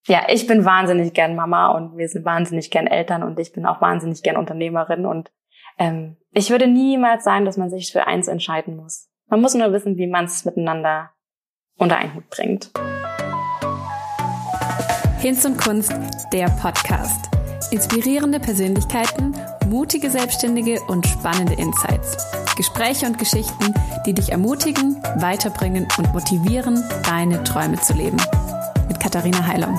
ja, ich bin wahnsinnig gern Mama und wir sind wahnsinnig gern Eltern und ich bin auch wahnsinnig gern Unternehmerin und ich würde niemals sagen, dass man sich für eins entscheiden muss. Man muss nur wissen, wie man es miteinander unter einen Hut bringt. Hinz und Kunst, der Podcast. Inspirierende Persönlichkeiten, mutige Selbstständige und spannende Insights. Gespräche und Geschichten, die dich ermutigen, weiterbringen und motivieren, deine Träume zu leben. Mit Katharina Heilung.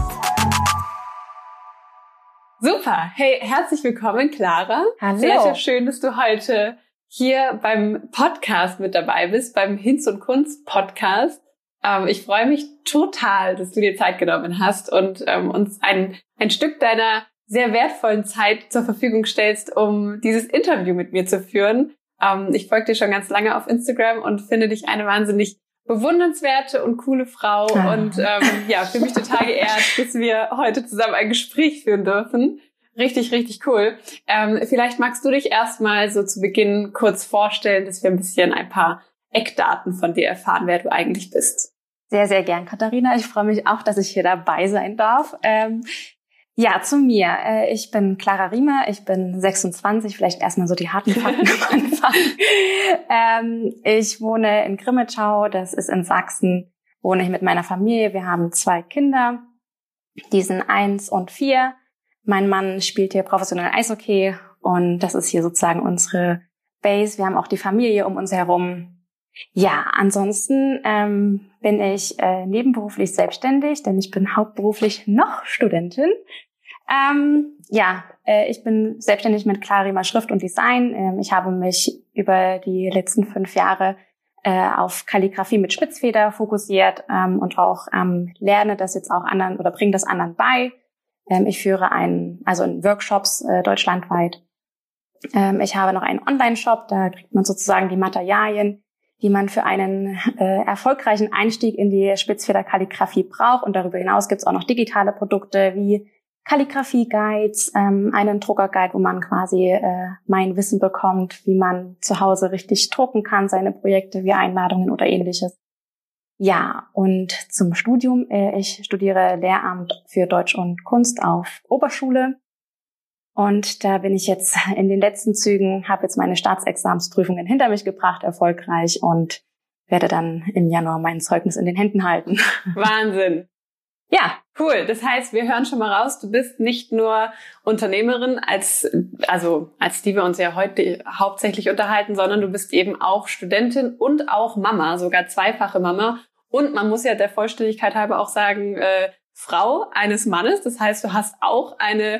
Super. Hey, herzlich willkommen, Clara. Hallo. Sehr, sehr schön, dass du heute hier beim Podcast mit dabei bist, beim Hinz und Kunst Podcast. Ich freue mich total, dass du dir Zeit genommen hast und uns ein Stück deiner sehr wertvollen Zeit zur Verfügung stellst, um dieses Interview mit mir zu führen. Ich folge dir schon ganz lange auf Instagram und finde dich eine wahnsinnig bewundernswerte und coole Frau und fühle mich total geehrt, dass wir heute zusammen ein Gespräch führen dürfen. Richtig, richtig cool. Vielleicht magst du dich erstmal so zu Beginn kurz vorstellen, dass wir ein paar Eckdaten von dir erfahren, wer du eigentlich bist. Sehr, sehr gern, Katharina. Ich freue mich auch, dass ich hier dabei sein darf. Ja, zu mir. Ich bin Clara Riemer, ich bin 26, vielleicht erstmal so die harten Fakten am Anfang. Ich wohne in Grimmitschau, das ist in Sachsen, wohne ich mit meiner Familie. Wir haben 2 Kinder, die sind 1 und 4. Mein Mann spielt hier professionell Eishockey und das ist hier sozusagen unsere Base. Wir haben auch die Familie um uns herum. Ja, ansonsten bin ich nebenberuflich selbstständig, denn ich bin hauptberuflich noch Studentin. Ich bin selbstständig mit Clara Riemer Schrift und Design. Ich habe mich über die letzten 5 Jahre auf Kalligrafie mit Spitzfeder fokussiert und auch lerne das jetzt auch anderen oder bringe das anderen bei. Ich führe in Workshops deutschlandweit. Ich habe noch einen Online-Shop, da kriegt man sozusagen die Materialien, die man für einen erfolgreichen Einstieg in die Spitzfeder-Kalligrafie braucht. Und darüber hinaus gibt es auch noch digitale Produkte wie Kalligrafie-Guides, einen Drucker-Guide, wo man quasi mein Wissen bekommt, wie man zu Hause richtig drucken kann, seine Projekte wie Einladungen oder ähnliches. Ja, und zum Studium. Ich studiere Lehramt für Deutsch und Kunst auf Oberschule. Und da bin ich jetzt in den letzten Zügen, habe jetzt meine Staatsexamensprüfungen hinter mich gebracht, erfolgreich, und werde dann im Januar mein Zeugnis in den Händen halten. Wahnsinn. Ja, cool. Das heißt, wir hören schon mal raus, du bist nicht nur Unternehmerin, als die wir uns ja heute hauptsächlich unterhalten, sondern du bist eben auch Studentin und auch Mama, sogar 2-fache Mama. Und man muss ja der Vollständigkeit halber auch sagen, Frau eines Mannes. Das heißt, du hast auch eine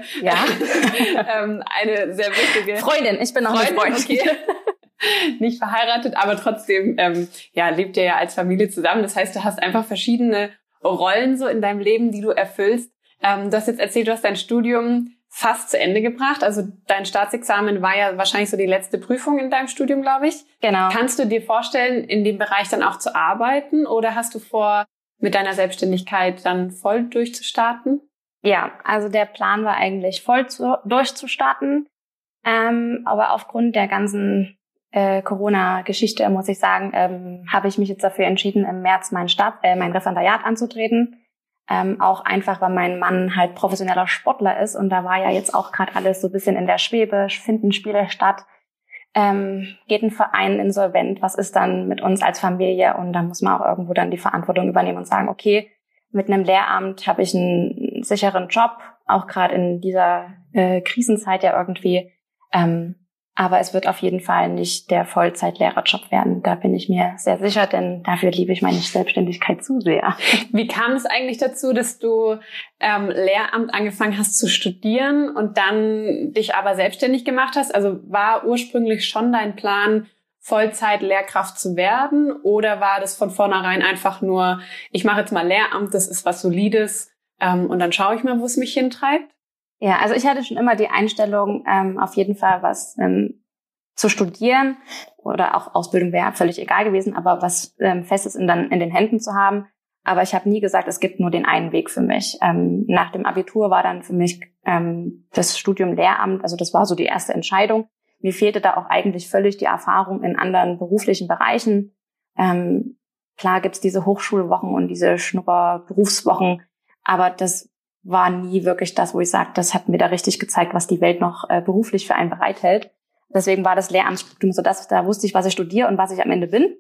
sehr wichtige Freundin. Ich bin noch eine Freundin. Okay. Nicht verheiratet, aber trotzdem lebt ihr ja als Familie zusammen. Das heißt, du hast einfach verschiedene Rollen so in deinem Leben, die du erfüllst. Du hast jetzt erzählt, du hast dein Studium fast zu Ende gebracht. Also dein Staatsexamen war ja wahrscheinlich so die letzte Prüfung in deinem Studium, glaube ich. Genau. Kannst du dir vorstellen, in dem Bereich dann auch zu arbeiten, oder hast du vor, mit deiner Selbstständigkeit dann voll durchzustarten? Ja, also der Plan war eigentlich voll durchzustarten. Aber aufgrund der ganzen Corona-Geschichte, muss ich sagen, habe ich mich jetzt dafür entschieden, im März mein Referendariat anzutreten. Auch einfach, weil mein Mann halt professioneller Sportler ist und da war ja jetzt auch gerade alles so ein bisschen in der Schwebe, finden Spiele statt, geht ein Verein insolvent, was ist dann mit uns als Familie? Und da muss man auch irgendwo dann die Verantwortung übernehmen und sagen, okay, mit einem Lehramt habe ich einen sicheren Job, auch gerade in dieser Krisenzeit ja irgendwie. Aber es wird auf jeden Fall nicht der Vollzeit-Lehrerjob werden. Da bin ich mir sehr sicher, denn dafür liebe ich meine Selbstständigkeit zu sehr. Wie kam es eigentlich dazu, dass du Lehramt angefangen hast zu studieren und dann dich aber selbstständig gemacht hast? Also war ursprünglich schon dein Plan, Vollzeit-Lehrkraft zu werden? Oder war das von vornherein einfach nur, ich mache jetzt mal Lehramt, das ist was Solides und dann schaue ich mal, wo es mich hintreibt? Ja, also ich hatte schon immer die Einstellung, auf jeden Fall was zu studieren oder auch Ausbildung wäre völlig egal gewesen, aber was Festes in den Händen zu haben. Aber ich habe nie gesagt, es gibt nur den einen Weg für mich. Nach dem Abitur war dann für mich das Studium Lehramt, also das war so die erste Entscheidung. Mir fehlte da auch eigentlich völlig die Erfahrung in anderen beruflichen Bereichen. Klar gibt's diese Hochschulwochen und diese Schnupperberufswochen, Aber das war nie wirklich das, wo ich sage, das hat mir da richtig gezeigt, was die Welt noch beruflich für einen bereithält. Deswegen war das Lehramtsstudium so, dass da wusste ich, was ich studiere und was ich am Ende bin.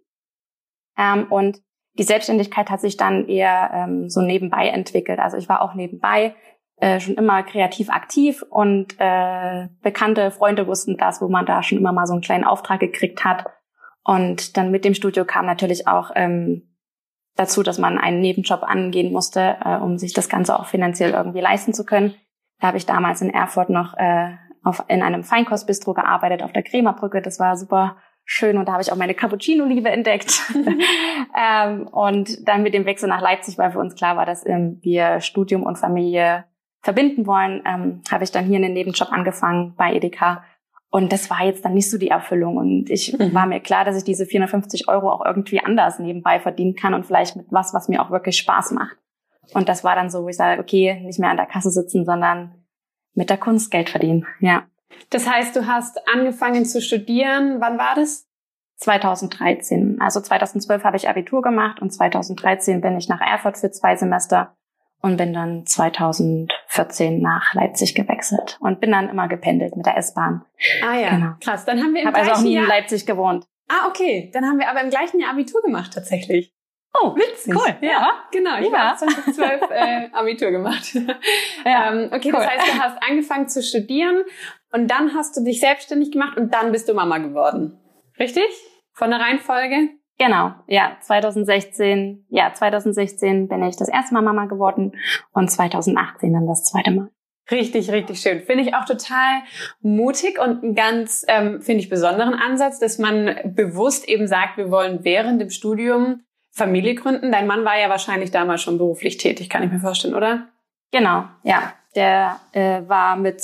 Und die Selbstständigkeit hat sich dann eher so nebenbei entwickelt. Also ich war auch nebenbei schon immer kreativ aktiv und bekannte Freunde wussten das, wo man da schon immer mal so einen kleinen Auftrag gekriegt hat. Und dann mit dem Studio kam natürlich auch dazu, dass man einen Nebenjob angehen musste, um sich das Ganze auch finanziell irgendwie leisten zu können. Da habe ich damals in Erfurt noch in einem Feinkostbistro gearbeitet auf der Krämerbrücke. Das war super schön und da habe ich auch meine Cappuccino-Liebe entdeckt. Und dann mit dem Wechsel nach Leipzig, weil für uns klar war, dass wir Studium und Familie verbinden wollen, habe ich dann hier einen Nebenjob angefangen bei Edeka. Und das war jetzt dann nicht so die Erfüllung. Und ich war mir klar, dass ich diese 450 Euro auch irgendwie anders nebenbei verdienen kann und vielleicht mit was mir auch wirklich Spaß macht. Und das war dann so, wo ich sage, okay, nicht mehr an der Kasse sitzen, sondern mit der Kunst Geld verdienen. Ja. Das heißt, du hast angefangen zu studieren. Wann war das? 2013. Also 2012 habe ich Abitur gemacht und 2013 bin ich nach Erfurt für 2 Semester und bin dann 2014 nach Leipzig gewechselt und bin dann immer gependelt mit der S-Bahn. Ah ja, genau. Krass. Dann haben wir im gleichen Jahr... also auch nie in Leipzig gewohnt. Ah, okay. Dann haben wir aber im gleichen Jahr Abitur gemacht tatsächlich. Oh, witzig. Cool. Ja, genau. Ich habe 2012 Abitur gemacht. Okay, cool. Das heißt, du hast angefangen zu studieren und dann hast du dich selbstständig gemacht und dann bist du Mama geworden. Richtig? Von der Reihenfolge? Genau, ja, 2016 bin ich das erste Mal Mama geworden und 2018 dann das zweite Mal. Richtig, richtig schön. Finde ich auch total mutig und einen ganz, finde ich, besonderen Ansatz, dass man bewusst eben sagt, wir wollen während dem Studium Familie gründen. Dein Mann war ja wahrscheinlich damals schon beruflich tätig, kann ich mir vorstellen, oder? Genau, ja. Der war mit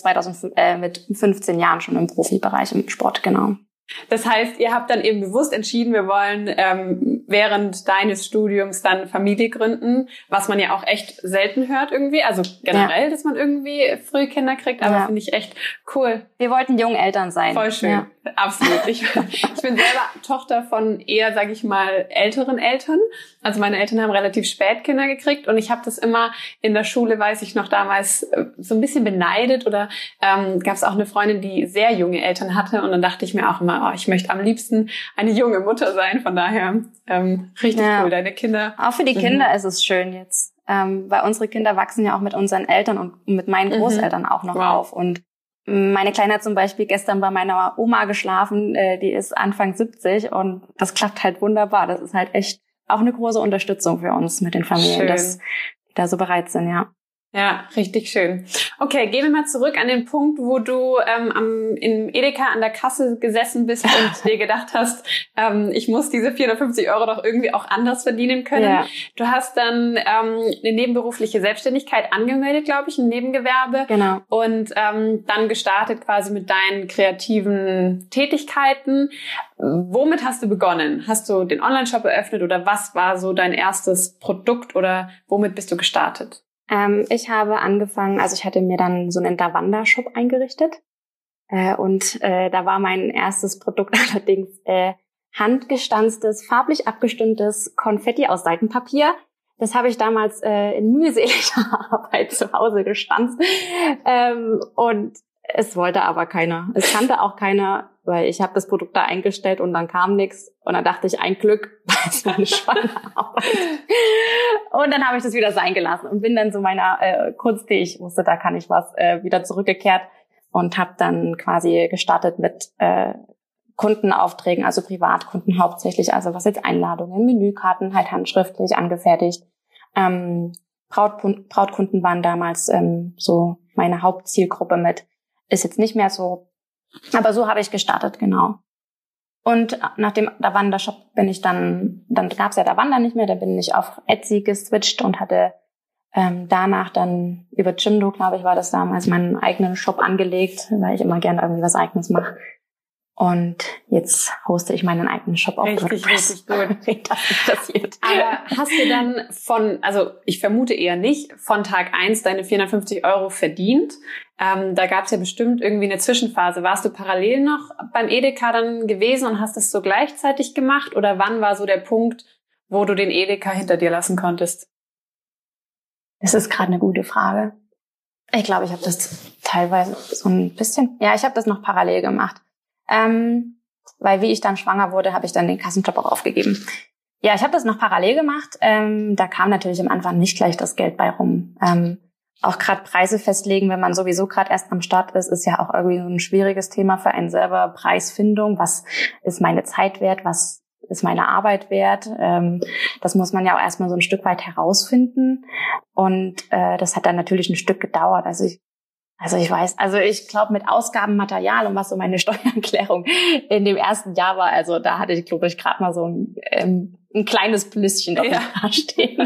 15 Jahren schon im Profibereich im Sport, genau. Das heißt, ihr habt dann eben bewusst entschieden, wir wollen während deines Studiums dann Familie gründen, was man ja auch echt selten hört irgendwie. Also generell, dass man irgendwie früh Kinder kriegt, aber finde ich echt cool. Wir wollten Jungeltern sein. Voll schön, absolut. Ich bin selber Tochter von eher, sage ich mal, älteren Eltern. Also meine Eltern haben relativ spät Kinder gekriegt und ich habe das immer in der Schule, weiß ich noch damals, so ein bisschen beneidet oder gab es auch eine Freundin, die sehr junge Eltern hatte und dann dachte ich mir auch immer, ich möchte am liebsten eine junge Mutter sein. Von daher richtig cool, deine Kinder. Auch für die Kinder ist es schön jetzt, weil unsere Kinder wachsen ja auch mit unseren Eltern und mit meinen Großeltern auch noch auf. Und meine Kleine hat zum Beispiel gestern bei meiner Oma geschlafen, die ist Anfang 70 und das klappt halt wunderbar. Das ist halt echt auch eine große Unterstützung für uns mit den Familien, dass die da so bereit sind, ja. Ja, richtig schön. Okay, gehen wir mal zurück an den Punkt, wo du im Edeka an der Kasse gesessen bist und dir gedacht hast, ich muss diese 450 Euro doch irgendwie auch anders verdienen können. Ja. Du hast dann eine nebenberufliche Selbstständigkeit angemeldet, glaube ich, ein Nebengewerbe. Genau. Und dann gestartet quasi mit deinen kreativen Tätigkeiten. Womit hast du begonnen? Hast du den Online-Shop eröffnet oder was war so dein erstes Produkt oder womit bist du gestartet? Ich habe angefangen, also ich hatte mir dann so einen Davanda-Shop eingerichtet und da war mein erstes Produkt allerdings handgestanztes, farblich abgestimmtes Konfetti aus Seitenpapier. Das habe ich damals in mühseliger Arbeit zu Hause gestanzt und es wollte aber keiner. Es kannte auch keiner, weil ich habe das Produkt da eingestellt und dann kam nichts. Und dann dachte ich, ein Glück, weil es meine Schwangerarbeit. Und dann habe ich das wieder sein gelassen und bin dann zu meiner Kunst, die ich wusste, da kann ich was, wieder zurückgekehrt und habe dann quasi gestartet mit Kundenaufträgen, also Privatkunden hauptsächlich, also was jetzt Einladungen, Menükarten, halt handschriftlich angefertigt. Brautkunden waren damals so meine Hauptzielgruppe mit. Ist jetzt nicht mehr so, aber so habe ich gestartet, genau. Und nach dem Davanda-Shop bin ich dann gab's ja Davanda nicht mehr, da bin ich auf Etsy geswitcht und hatte danach dann über Jimdo, glaube ich, war das damals, meinen eigenen Shop angelegt, weil ich immer gerne irgendwie was Eigenes mache. Und jetzt hoste ich meinen eigenen Shop auf WordPress. Richtig gut. Das ist passiert. Aber hast du dann also ich vermute eher nicht, von Tag 1 deine 450 Euro verdient? Da gab es ja bestimmt irgendwie eine Zwischenphase. Warst du parallel noch beim Edeka dann gewesen und hast das so gleichzeitig gemacht? Oder wann war so der Punkt, wo du den Edeka hinter dir lassen konntest? Das ist gerade eine gute Frage. Ich glaube, ich habe das teilweise so ein bisschen, ja, ich habe das noch parallel gemacht. Weil wie ich dann schwanger wurde, habe ich dann den Kassenjob auch aufgegeben. Ja, ich habe das noch parallel gemacht. Da kam natürlich am Anfang nicht gleich das Geld bei rum. Auch gerade Preise festlegen, wenn man sowieso gerade erst am Start ist ja auch irgendwie so ein schwieriges Thema für einen selber. Preisfindung, was ist meine Zeit wert, was ist meine Arbeit wert? Das muss man ja auch erstmal so ein Stück weit herausfinden. Und das hat dann natürlich ein Stück gedauert. Ich glaube, mit Ausgabenmaterial und was so meine Steuererklärung in dem ersten Jahr war, also da hatte ich, glaube ich, gerade mal so ein kleines Blüsschen da stehen.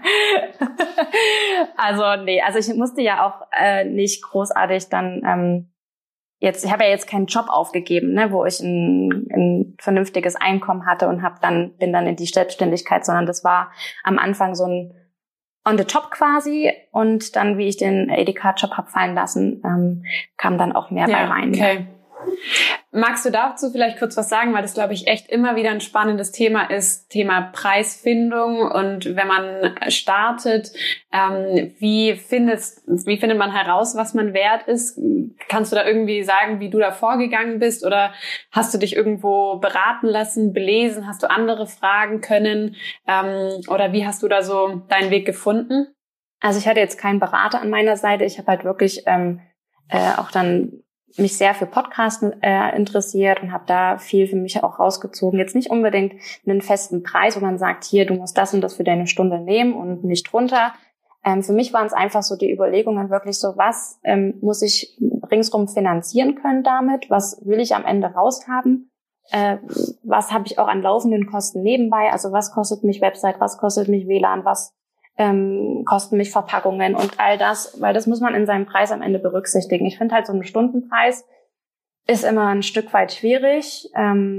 Also ich musste ja auch nicht großartig dann ich habe ja jetzt keinen Job aufgegeben, ne, wo ich ein vernünftiges Einkommen hatte und bin dann in die Selbstständigkeit, sondern das war am Anfang so ein on the top quasi, und dann, wie ich den Edeka-Job hab fallen lassen, kam dann auch mehr bei rein. Okay. Magst du dazu vielleicht kurz was sagen, weil das, glaube ich, echt immer wieder ein spannendes Thema ist, Thema Preisfindung, und wenn man startet, wie findet man heraus, was man wert ist? Kannst du da irgendwie sagen, wie du da vorgegangen bist, oder hast du dich irgendwo beraten lassen, belesen, hast du andere fragen können, oder wie hast du da so deinen Weg gefunden? Also ich hatte jetzt keinen Berater an meiner Seite, ich habe halt wirklich auch dann mich sehr für Podcasts interessiert und habe da viel für mich auch rausgezogen. Jetzt nicht unbedingt einen festen Preis, wo man sagt, hier, du musst das und das für deine Stunde nehmen und nicht drunter. Für mich waren es einfach so die Überlegungen wirklich so, was muss ich ringsrum finanzieren können damit? Was will ich am Ende raushaben? Was habe ich auch an laufenden Kosten nebenbei? Also was kostet mich Website? Was kostet mich WLAN? Was kosten mich Verpackungen und all das, weil das muss man in seinem Preis am Ende berücksichtigen. Ich finde halt, so ein Stundenpreis ist immer ein Stück weit schwierig.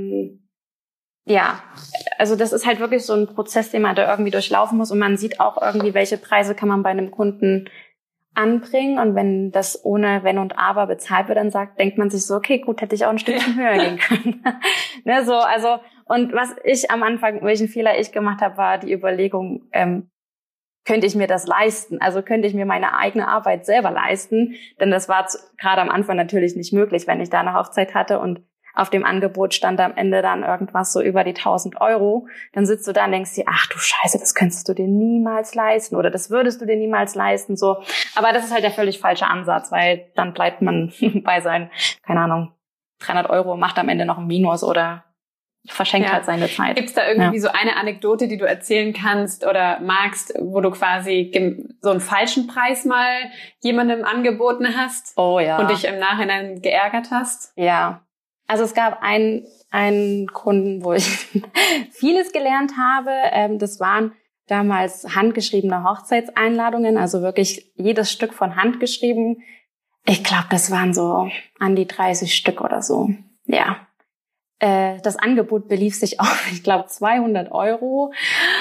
Also das ist halt wirklich so ein Prozess, den man da irgendwie durchlaufen muss, und man sieht auch irgendwie, welche Preise kann man bei einem Kunden anbringen, und wenn das ohne Wenn und Aber bezahlt wird, dann denkt man sich so, okay, gut, hätte ich auch ein Stückchen höher gehen können. Ne, so, also, und was ich am Anfang, welchen Fehler ich gemacht habe, war die Überlegung, könnte ich mir das leisten? Also könnte ich mir meine eigene Arbeit selber leisten? Denn das war gerade am Anfang natürlich nicht möglich, wenn ich da eine Hochzeit hatte und auf dem Angebot stand am Ende dann irgendwas so über die 1.000 Euro. Dann sitzt du da und denkst dir, ach du Scheiße, das könntest du dir niemals leisten oder das würdest du dir niemals leisten. So, aber das ist halt der völlig falsche Ansatz, weil dann bleibt man bei seinen, keine Ahnung, 300 Euro, macht am Ende noch ein Minus oder verschenkt halt seine Zeit. Gibt's da irgendwie so eine Anekdote, die du erzählen kannst oder magst, wo du quasi so einen falschen Preis mal jemandem angeboten hast? Oh ja. Und dich im Nachhinein geärgert hast? Ja. Also es gab einen Kunden, wo ich vieles gelernt habe. Das waren damals handgeschriebene Hochzeitseinladungen, also wirklich jedes Stück von Hand geschrieben. Ich glaube, das waren so an die 30 Stück oder so. Ja. Das Angebot belief sich auf, ich glaube, 200 Euro.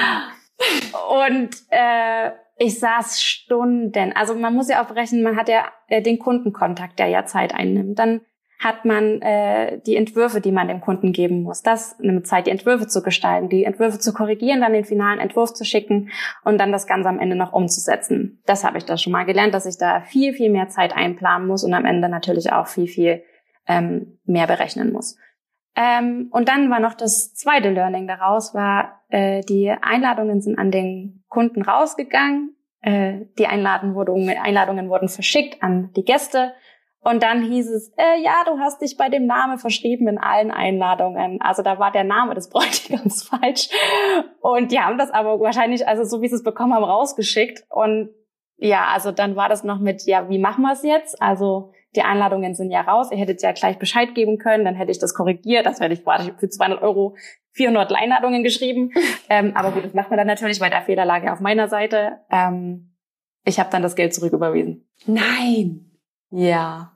Und ich saß Stunden. Also man muss ja auch berechnen, man hat ja den Kundenkontakt, der ja Zeit einnimmt. Dann hat man die Entwürfe, die man dem Kunden geben muss. Das nimmt Zeit, die Entwürfe zu gestalten, die Entwürfe zu korrigieren, dann den finalen Entwurf zu schicken und dann das Ganze am Ende noch umzusetzen. Das habe ich da schon mal gelernt, dass ich da viel, viel mehr Zeit einplanen muss und am Ende natürlich auch viel, viel mehr berechnen muss. Und dann war noch das zweite Learning daraus, war, die Einladungen sind an den Kunden rausgegangen, die Einladungen wurden verschickt an die Gäste, und dann hieß es, ja, du hast dich bei dem Namen verschrieben in allen Einladungen. Also da war der Name des Bräutigams falsch, und die haben das aber wahrscheinlich, also so wie sie es bekommen haben, rausgeschickt. Und ja, also dann war das noch mit, ja, wie machen wir es jetzt? Also die Einladungen sind ja raus, ihr hättet ja gleich Bescheid geben können, dann hätte ich das korrigiert, das hätte ich quasi für 200 Euro 400 Einladungen geschrieben. Aber gut, das macht man dann natürlich, weil der Fehler lag ja auf meiner Seite. Ich habe dann das Geld zurücküberwiesen. Nein! Ja.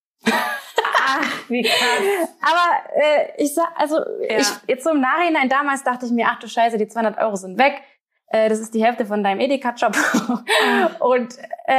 Ach, wie krass. Aber ich jetzt so im Nachhinein, damals dachte ich mir, ach du Scheiße, die 200 Euro sind weg. Das ist die Hälfte von deinem Edeka-Job. Und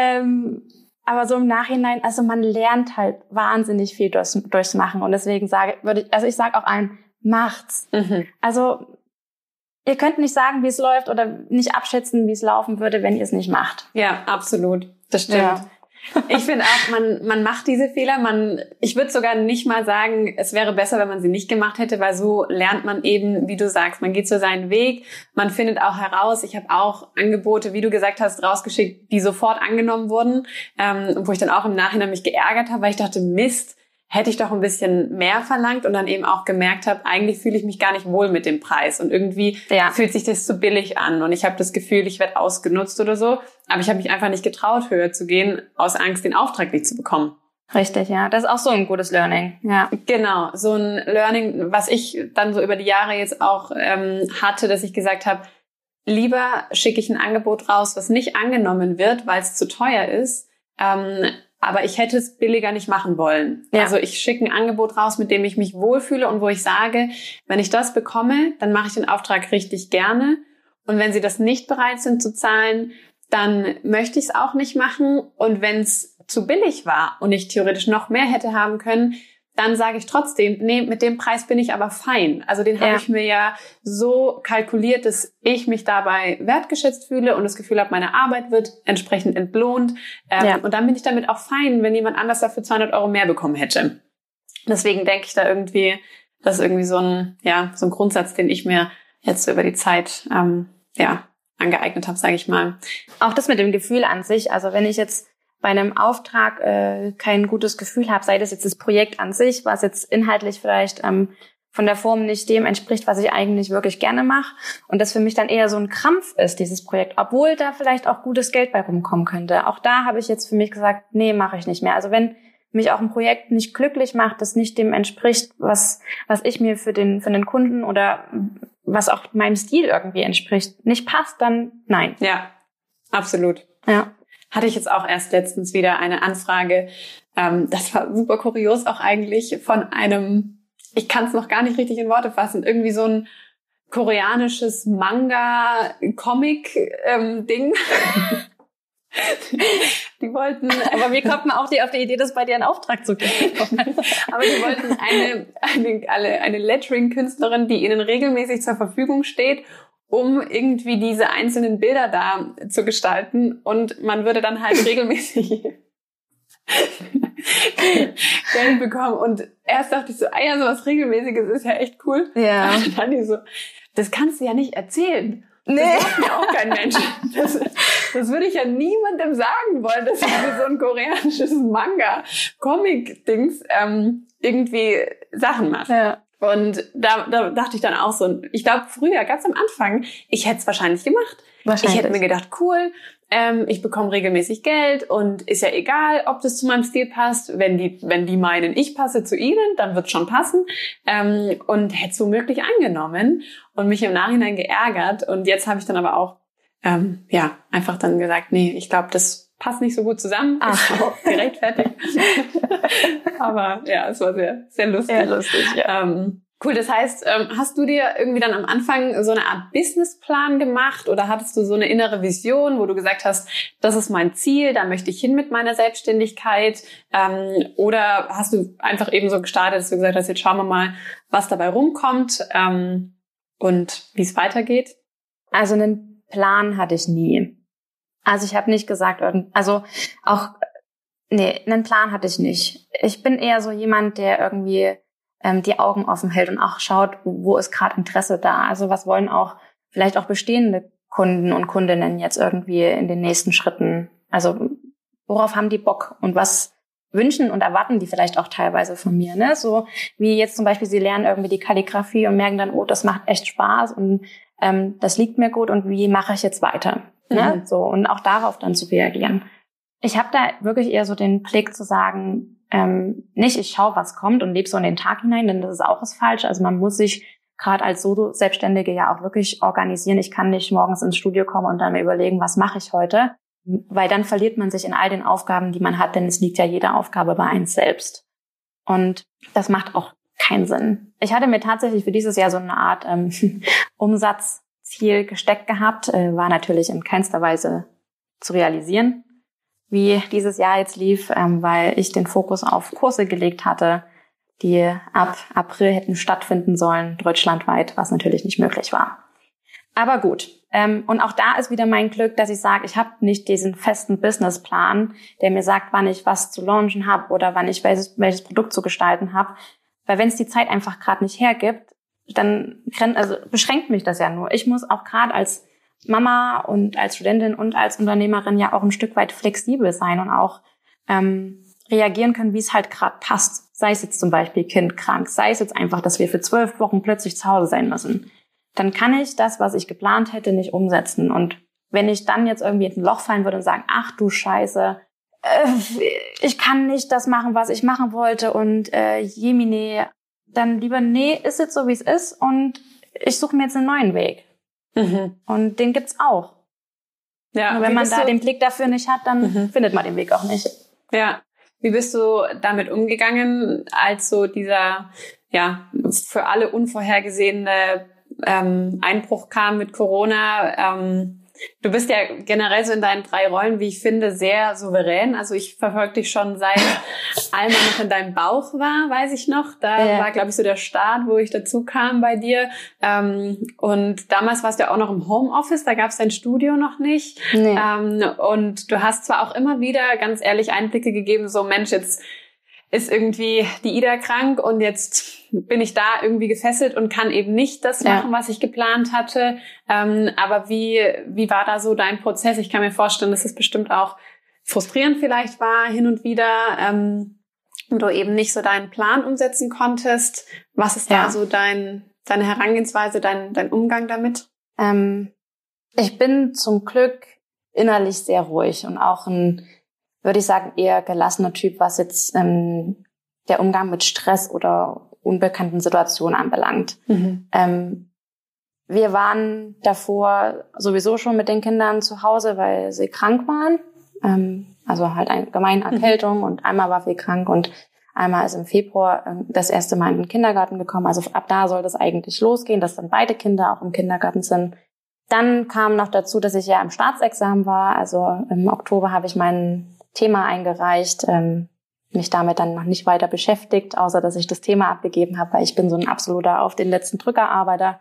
aber so im Nachhinein, also man lernt halt wahnsinnig viel durchs Machen. Und deswegen ich sage auch allen, macht's. Mhm. Also ihr könnt nicht sagen, wie es läuft oder nicht abschätzen, wie es laufen würde, wenn ihr es nicht macht. Ja, absolut. Das stimmt. Ja. Ich finde auch, man macht diese Fehler. Ich würde sogar nicht mal sagen, es wäre besser, wenn man sie nicht gemacht hätte, weil so lernt man eben, wie du sagst, man geht so seinen Weg, man findet auch heraus. Ich habe auch Angebote, wie du gesagt hast, rausgeschickt, die sofort angenommen wurden, wo ich dann auch im Nachhinein mich geärgert habe, weil ich dachte, Mist, hätte ich doch ein bisschen mehr verlangt und dann eben auch gemerkt habe, eigentlich fühle ich mich gar nicht wohl mit dem Preis und irgendwie fühlt sich das zu billig an und ich habe das Gefühl, ich werde ausgenutzt oder so, aber ich habe mich einfach nicht getraut, höher zu gehen, aus Angst, den Auftrag nicht zu bekommen. Richtig, ja. Das ist auch so ein gutes Learning. Ja. Genau, so ein Learning, was ich dann so über die Jahre jetzt auch hatte, dass ich gesagt habe, lieber schicke ich ein Angebot raus, was nicht angenommen wird, weil es zu teuer ist, aber ich hätte es billiger nicht machen wollen. Ja. Also ich schicke ein Angebot raus, mit dem ich mich wohlfühle und wo ich sage, wenn ich das bekomme, dann mache ich den Auftrag richtig gerne. Und wenn sie das nicht bereit sind zu zahlen, dann möchte ich es auch nicht machen. Und wenn es zu billig war und ich theoretisch noch mehr hätte haben können, dann sage ich trotzdem, nee, mit dem Preis bin ich aber fein. Also den habe ich mir ja so kalkuliert, dass ich mich dabei wertgeschätzt fühle und das Gefühl habe, meine Arbeit wird entsprechend entlohnt. Und dann bin ich damit auch fein, wenn jemand anders dafür 200 Euro mehr bekommen hätte. Deswegen denke ich da irgendwie, das ist irgendwie so ein Grundsatz, den ich mir jetzt so über die Zeit angeeignet habe, sage ich mal. Auch das mit dem Gefühl an sich, also wenn ich jetzt bei einem Auftrag kein gutes Gefühl habe, sei das jetzt das Projekt an sich, was jetzt inhaltlich vielleicht von der Form nicht dem entspricht, was ich eigentlich wirklich gerne mache und das für mich dann eher so ein Krampf ist, dieses Projekt, obwohl da vielleicht auch gutes Geld bei rumkommen könnte. Auch da habe ich jetzt für mich gesagt, nee, mache ich nicht mehr. Also wenn mich auch ein Projekt nicht glücklich macht, das nicht dem entspricht, was ich mir für den Kunden oder was auch meinem Stil irgendwie entspricht, nicht passt, dann nein. Ja, absolut. Ja. Hatte ich jetzt auch erst letztens wieder eine Anfrage, das war super kurios auch eigentlich, von einem, ich kann es noch gar nicht richtig in Worte fassen, irgendwie so ein koreanisches Manga-Comic-Ding. Die wollten, aber wir kommen auch auf die Idee, das bei dir in Auftrag zu geben. Aber die wollten eine Lettering-Künstlerin, die ihnen regelmäßig zur Verfügung steht, um irgendwie diese einzelnen Bilder da zu gestalten. Und man würde dann halt regelmäßig Geld bekommen. Und erst dachte ich so, sowas Regelmäßiges ist ja echt cool. Ja. Und dann dachte ich so, das kannst du ja nicht erzählen. Nee. Das sagt mir auch kein Mensch. Das würde ich ja niemandem sagen wollen, dass ich für so ein koreanisches Manga-Comic-Dings irgendwie Sachen mache. Ja. Und da dachte ich dann auch so, ich glaube früher, ganz am Anfang, ich hätte es wahrscheinlich gemacht. Ich hätte mir gedacht, cool, ich bekomme regelmäßig Geld und ist ja egal, ob das zu meinem Stil passt. Wenn die meinen, ich passe zu ihnen, dann wird es schon passen. Und hätte es womöglich angenommen und mich im Nachhinein geärgert. Und jetzt habe ich dann aber auch einfach dann gesagt, nee, ich glaube, das passt nicht so gut zusammen. Ist auch gerechtfertigt. Aber ja, es war sehr, sehr lustig. Sehr lustig, ja. Cool, das heißt, hast du dir irgendwie dann am Anfang so eine Art Businessplan gemacht oder hattest du so eine innere Vision, wo du gesagt hast, das ist mein Ziel, da möchte ich hin mit meiner Selbstständigkeit? Oder hast du einfach eben so gestartet, dass du gesagt hast, jetzt schauen wir mal, was dabei rumkommt und wie es weitergeht? Also einen Plan hatte ich nie. Also ich habe nicht gesagt, einen Plan hatte ich nicht. Ich bin eher so jemand, der irgendwie die Augen offen hält und auch schaut, wo ist gerade Interesse da. Also was wollen auch vielleicht auch bestehende Kunden und Kundinnen jetzt irgendwie in den nächsten Schritten. Also worauf haben die Bock und was wünschen und erwarten die vielleicht auch teilweise von mir. Ne? So wie jetzt zum Beispiel, sie lernen irgendwie die Kalligrafie und merken dann, oh, das macht echt Spaß und das liegt mir gut und wie mache ich jetzt weiter? Ne? So, und auch darauf dann zu reagieren. Ich habe da wirklich eher so den Blick zu sagen, nicht ich schaue, was kommt und lebe so in den Tag hinein, denn das ist auch das Falsche. Also man muss sich gerade als Solo-Selbstständige ja auch wirklich organisieren. Ich kann nicht morgens ins Studio kommen und dann mir überlegen, was mache ich heute? Weil dann verliert man sich in all den Aufgaben, die man hat, denn es liegt ja jede Aufgabe bei einem selbst. Und das macht auch keinen Sinn. Ich hatte mir tatsächlich für dieses Jahr so eine Art Umsatzziel gesteckt gehabt, war natürlich in keinster Weise zu realisieren, wie dieses Jahr jetzt lief, weil ich den Fokus auf Kurse gelegt hatte, die ab April hätten stattfinden sollen, deutschlandweit, was natürlich nicht möglich war. Aber gut. Und auch da ist wieder mein Glück, dass ich sage, ich habe nicht diesen festen Businessplan, der mir sagt, wann ich was zu launchen habe oder wann ich welches Produkt zu gestalten habe. Weil wenn es die Zeit einfach gerade nicht hergibt, dann beschränkt mich das ja nur. Ich muss auch gerade als Mama und als Studentin und als Unternehmerin ja auch ein Stück weit flexibel sein und auch reagieren können, wie es halt gerade passt. Sei es jetzt zum Beispiel Kind krank, sei es jetzt einfach, dass wir für 12 Wochen plötzlich zu Hause sein müssen. Dann kann ich das, was ich geplant hätte, nicht umsetzen. Und wenn ich dann jetzt irgendwie in ein Loch fallen würde und sagen, ach du Scheiße, ich kann nicht das machen, was ich machen wollte und jemine, dann lieber, nee, ist jetzt so, wie es ist und ich suche mir jetzt einen neuen Weg. Mhm. Und den gibt's auch. Ja, nur wenn man da den Blick dafür nicht hat, dann findet man den Weg auch nicht. Ja. Wie bist du damit umgegangen, als so dieser, für alle unvorhergesehene Einbruch kam mit Corona? Du bist ja generell so in deinen 3 Rollen, wie ich finde, sehr souverän. Also ich verfolge dich schon seit Alma noch in deinem Bauch war, weiß ich noch. Da war, glaube ich, so der Start, wo ich dazu kam bei dir. Und damals warst du ja auch noch im Homeoffice, da gab es dein Studio noch nicht. Nee. Und du hast zwar auch immer wieder, ganz ehrlich, Einblicke gegeben, so Mensch, jetzt ist irgendwie die Ida krank und jetzt bin ich da irgendwie gefesselt und kann eben nicht das machen, was ich geplant hatte. Aber wie war da so dein Prozess? Ich kann mir vorstellen, dass es bestimmt auch frustrierend vielleicht war hin und wieder, und du eben nicht so deinen Plan umsetzen konntest. Was ist da so deine Herangehensweise, dein Umgang damit? Ich bin zum Glück innerlich sehr ruhig und auch würde ich sagen, eher gelassener Typ, was jetzt der Umgang mit Stress oder unbekannten Situationen anbelangt. Mhm. Wir waren davor sowieso schon mit den Kindern zu Hause, weil sie krank waren. Also halt allgemein Erkältung und einmal war sie krank und einmal ist im Februar das erste Mal in den Kindergarten gekommen. Also ab da soll das eigentlich losgehen, dass dann beide Kinder auch im Kindergarten sind. Dann kam noch dazu, dass ich ja im Staatsexamen war. Also im Oktober habe ich mein Thema eingereicht, mich damit dann noch nicht weiter beschäftigt, außer dass ich das Thema abgegeben habe, weil ich bin so ein absoluter auf den letzten Drücker Arbeiter.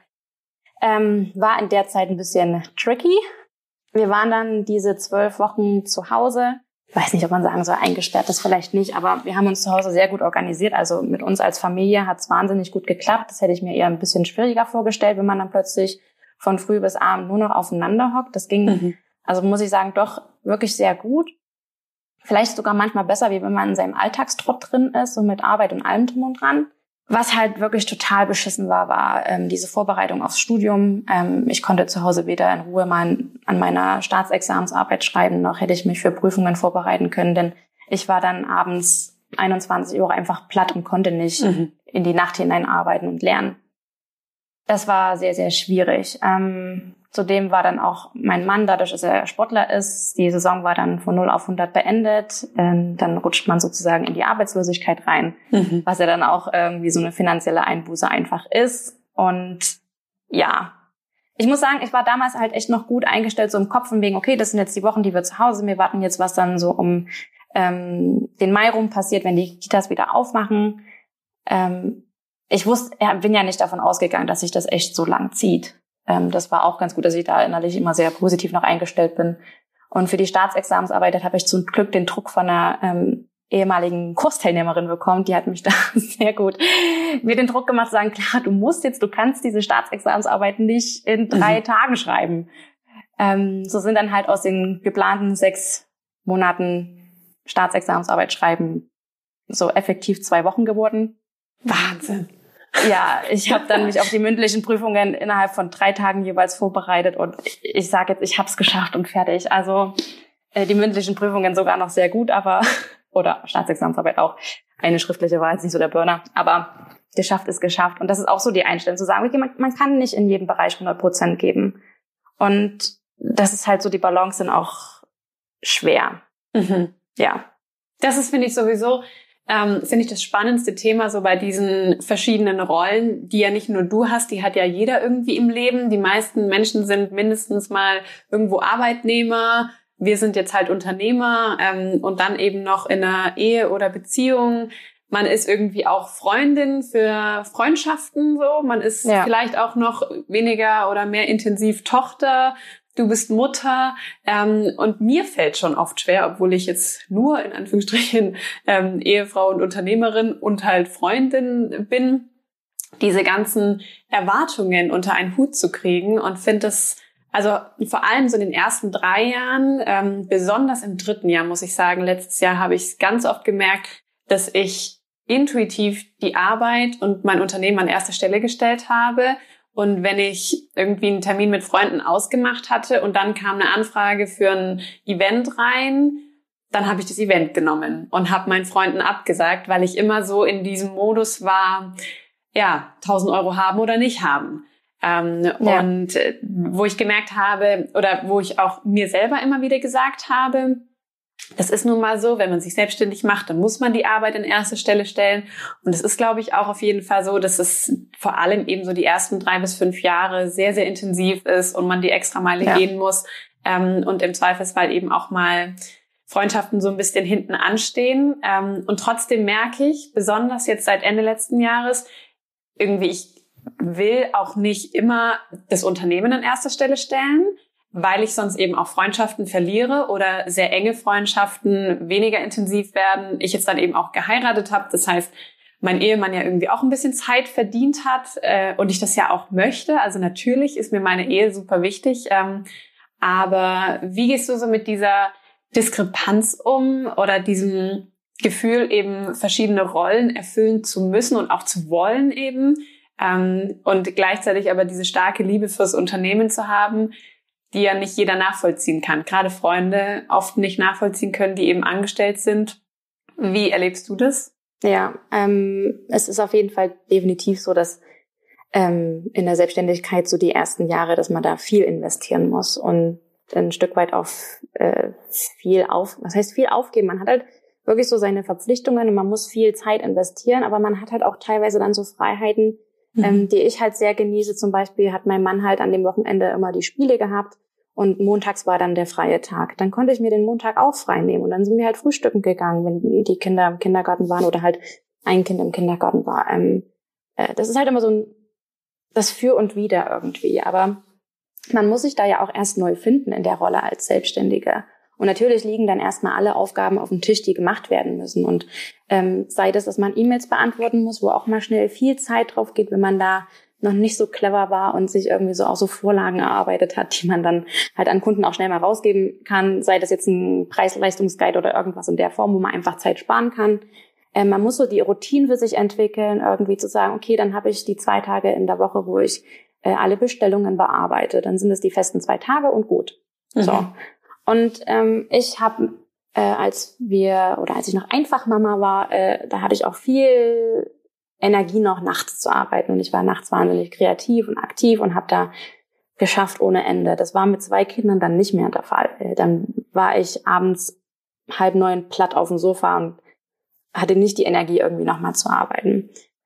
War in der Zeit ein bisschen tricky. Wir waren dann diese 12 Wochen zu Hause. Ich weiß nicht, ob man sagen soll, eingesperrt ist vielleicht nicht, aber wir haben uns zu Hause sehr gut organisiert. Also mit uns als Familie hat es wahnsinnig gut geklappt. Das hätte ich mir eher ein bisschen schwieriger vorgestellt, wenn man dann plötzlich von früh bis abend nur noch aufeinander hockt. Das ging, also muss ich sagen, doch wirklich sehr gut. Vielleicht sogar manchmal besser, wie wenn man in seinem Alltagstrott drin ist, so mit Arbeit und allem drum und dran. Was halt wirklich total beschissen war diese Vorbereitung aufs Studium. Ich konnte zu Hause weder in Ruhe mal an meiner Staatsexamensarbeit schreiben, noch hätte ich mich für Prüfungen vorbereiten können, denn ich war dann abends 21 Uhr einfach platt und konnte nicht in die Nacht hinein arbeiten und lernen. Das war sehr, sehr schwierig. Zudem war dann auch mein Mann, dadurch, dass er Sportler ist, die Saison war dann von 0 auf 100 beendet. Dann rutscht man sozusagen in die Arbeitslosigkeit rein, was ja dann auch irgendwie so eine finanzielle Einbuße einfach ist. Und ja, ich muss sagen, ich war damals halt echt noch gut eingestellt, so im Kopf von wegen, okay, das sind jetzt die Wochen, die wir zu Hause sind. Wir warten jetzt, was dann so um den Mai rum passiert, wenn die Kitas wieder aufmachen. Ich bin ja nicht davon ausgegangen, dass sich das echt so lang zieht. Das war auch ganz gut, dass ich da innerlich immer sehr positiv noch eingestellt bin. Und für die Staatsexamensarbeit habe ich zum Glück den Druck von einer ehemaligen Kursteilnehmerin bekommen. Die hat mich da sehr gut mir den Druck gemacht, zu sagen, klar, du kannst diese Staatsexamensarbeit nicht in 3 Tagen schreiben. So sind dann halt aus den geplanten 6 Monaten Staatsexamensarbeit schreiben so effektiv 2 Wochen geworden. Wahnsinn. Ja, ich habe dann mich auf die mündlichen Prüfungen innerhalb von 3 Tagen jeweils vorbereitet und ich sage jetzt, ich habe es geschafft und fertig. Also die mündlichen Prüfungen sogar noch sehr gut, oder Staatsexamensarbeit auch. Eine schriftliche war jetzt nicht so der Burner, aber geschafft ist geschafft. Und das ist auch so die Einstellung, zu sagen, okay, man kann nicht in jedem Bereich 100% geben. Und das ist halt so, die Balance sind auch schwer. Ja. Das ist, finde ich, sowieso... finde ich das spannendste Thema so bei diesen verschiedenen Rollen, die ja nicht nur du hast, die hat ja jeder irgendwie im Leben. Die meisten Menschen sind mindestens mal irgendwo Arbeitnehmer. Wir sind jetzt halt Unternehmer und dann eben noch in einer Ehe oder Beziehung. man ist irgendwie auch Freundin für Freundschaften so. Man ist vielleicht auch noch weniger oder mehr intensiv Tochter. Du bist Mutter. Und mir fällt schon oft schwer, obwohl ich jetzt nur in Anführungsstrichen Ehefrau und Unternehmerin und halt Freundin bin, diese ganzen Erwartungen unter einen Hut zu kriegen, und finde es, also vor allem so in den ersten 3 Jahren, besonders im 3. Jahr, muss ich sagen, letztes Jahr habe ich es ganz oft gemerkt, dass ich intuitiv die Arbeit und mein Unternehmen an erster Stelle gestellt habe. Und wenn ich irgendwie einen Termin mit Freunden ausgemacht hatte und dann kam eine Anfrage für ein Event rein, dann habe ich das Event genommen und habe meinen Freunden abgesagt, weil ich immer so in diesem Modus war, 1.000 € haben oder nicht haben. Und wo ich gemerkt habe, oder wo ich auch mir selber immer wieder gesagt habe, das ist nun mal so, wenn man sich selbstständig macht, dann muss man die Arbeit an erste Stelle stellen. Und es ist, glaube ich, auch auf jeden Fall so, dass es vor allem eben so die ersten 3 bis 5 Jahre sehr, sehr intensiv ist und man die Extrameile gehen muss. Und im Zweifelsfall eben auch mal Freundschaften so ein bisschen hinten anstehen. Und trotzdem merke ich, besonders jetzt seit Ende letzten Jahres, irgendwie, ich will auch nicht immer das Unternehmen an erster Stelle stellen, weil ich sonst eben auch Freundschaften verliere oder sehr enge Freundschaften weniger intensiv werden. Ich jetzt dann eben auch geheiratet habe. Das heißt, mein Ehemann ja irgendwie auch ein bisschen Zeit verdient hat und ich das ja auch möchte. Also natürlich ist mir meine Ehe super wichtig. Aber wie gehst du so mit dieser Diskrepanz um oder diesem Gefühl, eben verschiedene Rollen erfüllen zu müssen und auch zu wollen eben, und gleichzeitig aber diese starke Liebe fürs Unternehmen zu haben, die ja nicht jeder nachvollziehen kann. Gerade Freunde oft nicht nachvollziehen können, die eben angestellt sind. Wie erlebst du das? Ja, es ist auf jeden Fall definitiv so, dass in der Selbstständigkeit so die ersten Jahre, dass man da viel investieren muss und ein Stück weit auf viel aufgeben. Man hat halt wirklich so seine Verpflichtungen und man muss viel Zeit investieren, aber man hat halt auch teilweise dann so Freiheiten, die ich halt sehr genieße. Zum Beispiel hat mein Mann halt an dem Wochenende immer die Spiele gehabt und montags war dann der freie Tag. Dann konnte ich mir den Montag auch frei nehmen und dann sind wir halt frühstücken gegangen, wenn die Kinder im Kindergarten waren oder halt ein Kind im Kindergarten war. Das ist halt immer so das Für und Wider irgendwie, aber man muss sich da ja auch erst neu finden in der Rolle als Selbstständige. Und natürlich liegen dann erstmal alle Aufgaben auf dem Tisch, die gemacht werden müssen. Und sei das, dass man E-Mails beantworten muss, wo auch mal schnell viel Zeit drauf geht, wenn man da noch nicht so clever war und sich irgendwie so auch so Vorlagen erarbeitet hat, die man dann halt an Kunden auch schnell mal rausgeben kann. Sei das jetzt ein Preis-Leistungsguide oder irgendwas in der Form, wo man einfach Zeit sparen kann. Man muss so die Routinen für sich entwickeln, irgendwie zu sagen, okay, dann habe ich die 2 Tage in der Woche, wo ich alle Bestellungen bearbeite. Dann sind es die festen 2 Tage und gut. So. Und ich habe, als ich noch Einfachmama war, da hatte ich auch viel Energie noch nachts zu arbeiten. Und ich war nachts wahnsinnig kreativ und aktiv und habe da geschafft ohne Ende. Das war mit 2 Kindern dann nicht mehr der Fall. Dann war ich abends 8:30 platt auf dem Sofa und hatte nicht die Energie, irgendwie nochmal zu arbeiten.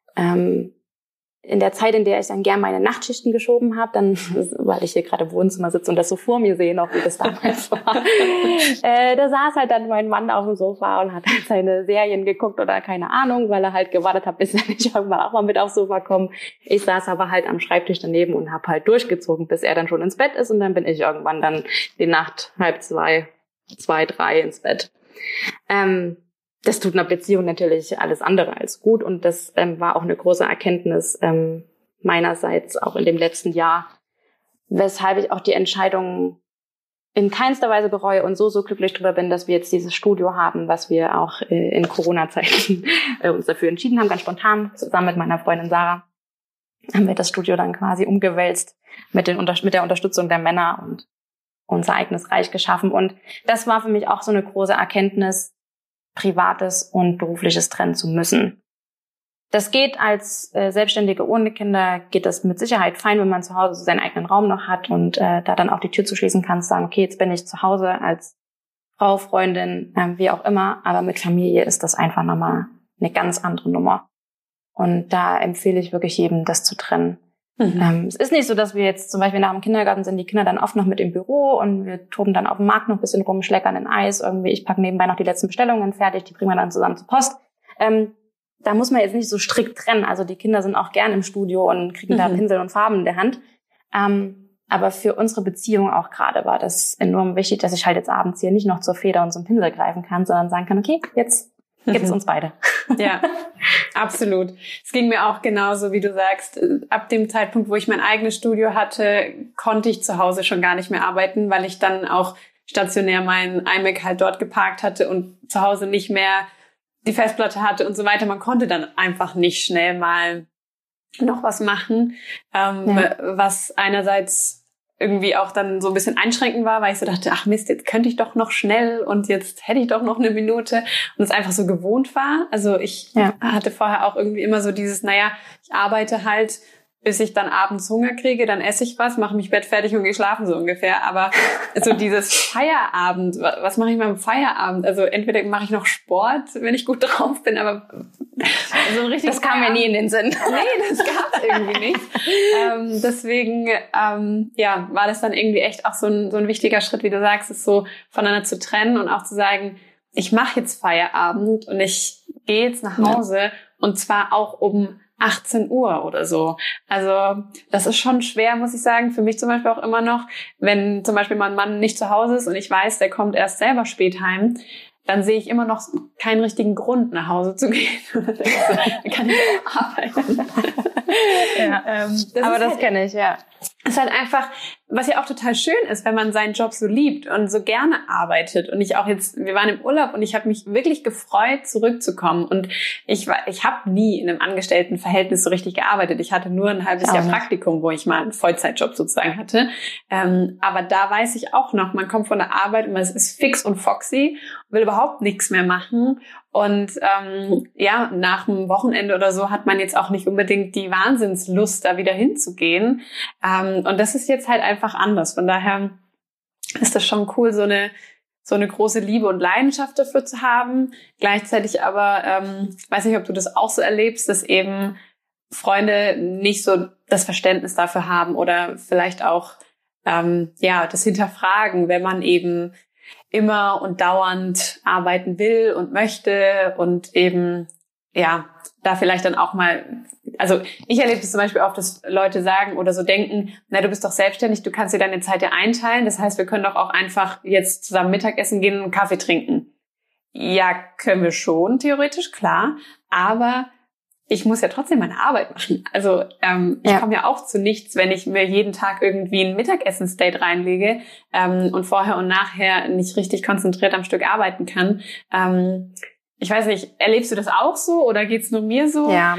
In der Zeit, in der ich dann gern meine Nachtschichten geschoben habe, dann, weil ich hier gerade im Wohnzimmer sitze und das so vor mir sehe noch, wie das damals war, da saß halt dann mein Mann auf dem Sofa und hat halt seine Serien geguckt oder keine Ahnung, weil er halt gewartet hat, bis ich irgendwann auch mal mit aufs Sofa komme. Ich saß aber halt am Schreibtisch daneben und habe halt durchgezogen, bis er dann schon ins Bett ist und dann bin ich irgendwann dann die Nacht 1:30, 2, 3 ins Bett. Das tut einer Beziehung natürlich alles andere als gut und das war auch eine große Erkenntnis meinerseits auch in dem letzten Jahr, weshalb ich auch die Entscheidung in keinster Weise bereue und so glücklich drüber bin, dass wir jetzt dieses Studio haben, was wir auch in Corona-Zeiten uns dafür entschieden haben, ganz spontan, zusammen mit meiner Freundin Sarah, haben wir das Studio dann quasi umgewälzt mit der Unterstützung der Männer und unser eigenes Reich geschaffen. Und das war für mich auch so eine große Erkenntnis, Privates und Berufliches trennen zu müssen. Das geht als Selbstständige ohne Kinder, geht das mit Sicherheit fein, wenn man zu Hause seinen eigenen Raum noch hat und da dann auch die Tür zuschließen kann, zu sagen, okay, jetzt bin ich zu Hause als Frau, Freundin, wie auch immer, aber mit Familie ist das einfach nochmal eine ganz andere Nummer. Und da empfehle ich wirklich jedem, das zu trennen. Es ist nicht so, dass wir jetzt zum Beispiel nach dem Kindergarten sind, die Kinder dann oft noch mit im Büro und wir toben dann auf dem Markt noch ein bisschen rum, schleckern in Eis, irgendwie, ich packe nebenbei noch die letzten Bestellungen fertig, die bringen wir dann zusammen zur Post. da muss man jetzt nicht so strikt trennen. Also die Kinder sind auch gern im Studio und kriegen da Pinsel und Farben in der Hand. Aber für unsere Beziehung auch gerade war das enorm wichtig, dass ich halt jetzt abends hier nicht noch zur Feder und zum Pinsel greifen kann, sondern sagen kann, okay, jetzt gibt's uns beide. Ja, absolut. Es ging mir auch genauso, wie du sagst. Ab dem Zeitpunkt, wo ich mein eigenes Studio hatte, konnte ich zu Hause schon gar nicht mehr arbeiten, weil ich dann auch stationär mein iMac halt dort geparkt hatte und zu Hause nicht mehr die Festplatte hatte und so weiter. Man konnte dann einfach nicht schnell mal noch was machen, was einerseits irgendwie auch dann so ein bisschen einschränkend war, weil ich so dachte, ach Mist, jetzt könnte ich doch noch schnell und jetzt hätte ich doch noch eine Minute und es einfach so gewohnt war. Also ich hatte vorher auch irgendwie immer so dieses, naja, ich arbeite halt, bis ich dann abends Hunger kriege, dann esse ich was, mache mich bettfertig und gehe schlafen so ungefähr. Aber so dieses Feierabend, was mache ich beim Feierabend? Also entweder mache ich noch Sport, wenn ich gut drauf bin, aber so richtig. Das kam mir nie in den Sinn. Nee, das gab's irgendwie nicht. Deswegen war das dann irgendwie echt auch so ein wichtiger Schritt, wie du sagst, es so voneinander zu trennen und auch zu sagen, ich mache jetzt Feierabend und ich gehe jetzt nach Hause und zwar auch um 18 Uhr oder so. Also das ist schon schwer, muss ich sagen, für mich zum Beispiel auch immer noch, wenn zum Beispiel mein Mann nicht zu Hause ist und ich weiß, der kommt erst selber spät heim, dann sehe ich immer noch keinen richtigen Grund, nach Hause zu gehen. Dann kann ich auch arbeiten. Aber das kenne ich, ja. Es ist halt einfach, was ja auch total schön ist, wenn man seinen Job so liebt und so gerne arbeitet. Und ich auch jetzt, wir waren im Urlaub und ich habe mich wirklich gefreut, zurückzukommen. Und ich habe nie in einem Angestelltenverhältnis so richtig gearbeitet. Ich hatte nur ein halbes Jahr Praktikum, wo ich mal einen Vollzeitjob sozusagen hatte. Aber da weiß ich auch noch, man kommt von der Arbeit und man ist fix und foxy, will überhaupt nichts mehr machen. Und nach einem Wochenende oder so hat man jetzt auch nicht unbedingt die Wahnsinnslust, da wieder hinzugehen. Und das ist jetzt halt einfach anders. Von daher ist das schon cool, so eine große Liebe und Leidenschaft dafür zu haben. Gleichzeitig aber, weiß nicht, ob du das auch so erlebst, dass eben Freunde nicht so das Verständnis dafür haben oder vielleicht auch das hinterfragen, wenn man eben immer und dauernd arbeiten will und möchte und eben, da vielleicht dann auch mal, also ich erlebe es zum Beispiel oft, dass Leute sagen oder so denken, na, du bist doch selbstständig, du kannst dir deine Zeit ja einteilen, das heißt, wir können doch auch einfach jetzt zusammen Mittagessen gehen und einen Kaffee trinken. Ja, können wir schon, theoretisch, klar, aber ich muss ja trotzdem meine Arbeit machen. Also ich komme ja auch zu nichts, wenn ich mir jeden Tag irgendwie ein Mittagessen-Date reinlege und vorher und nachher nicht richtig konzentriert am Stück arbeiten kann. Ich weiß nicht, erlebst du das auch so oder geht's nur mir so? Ja.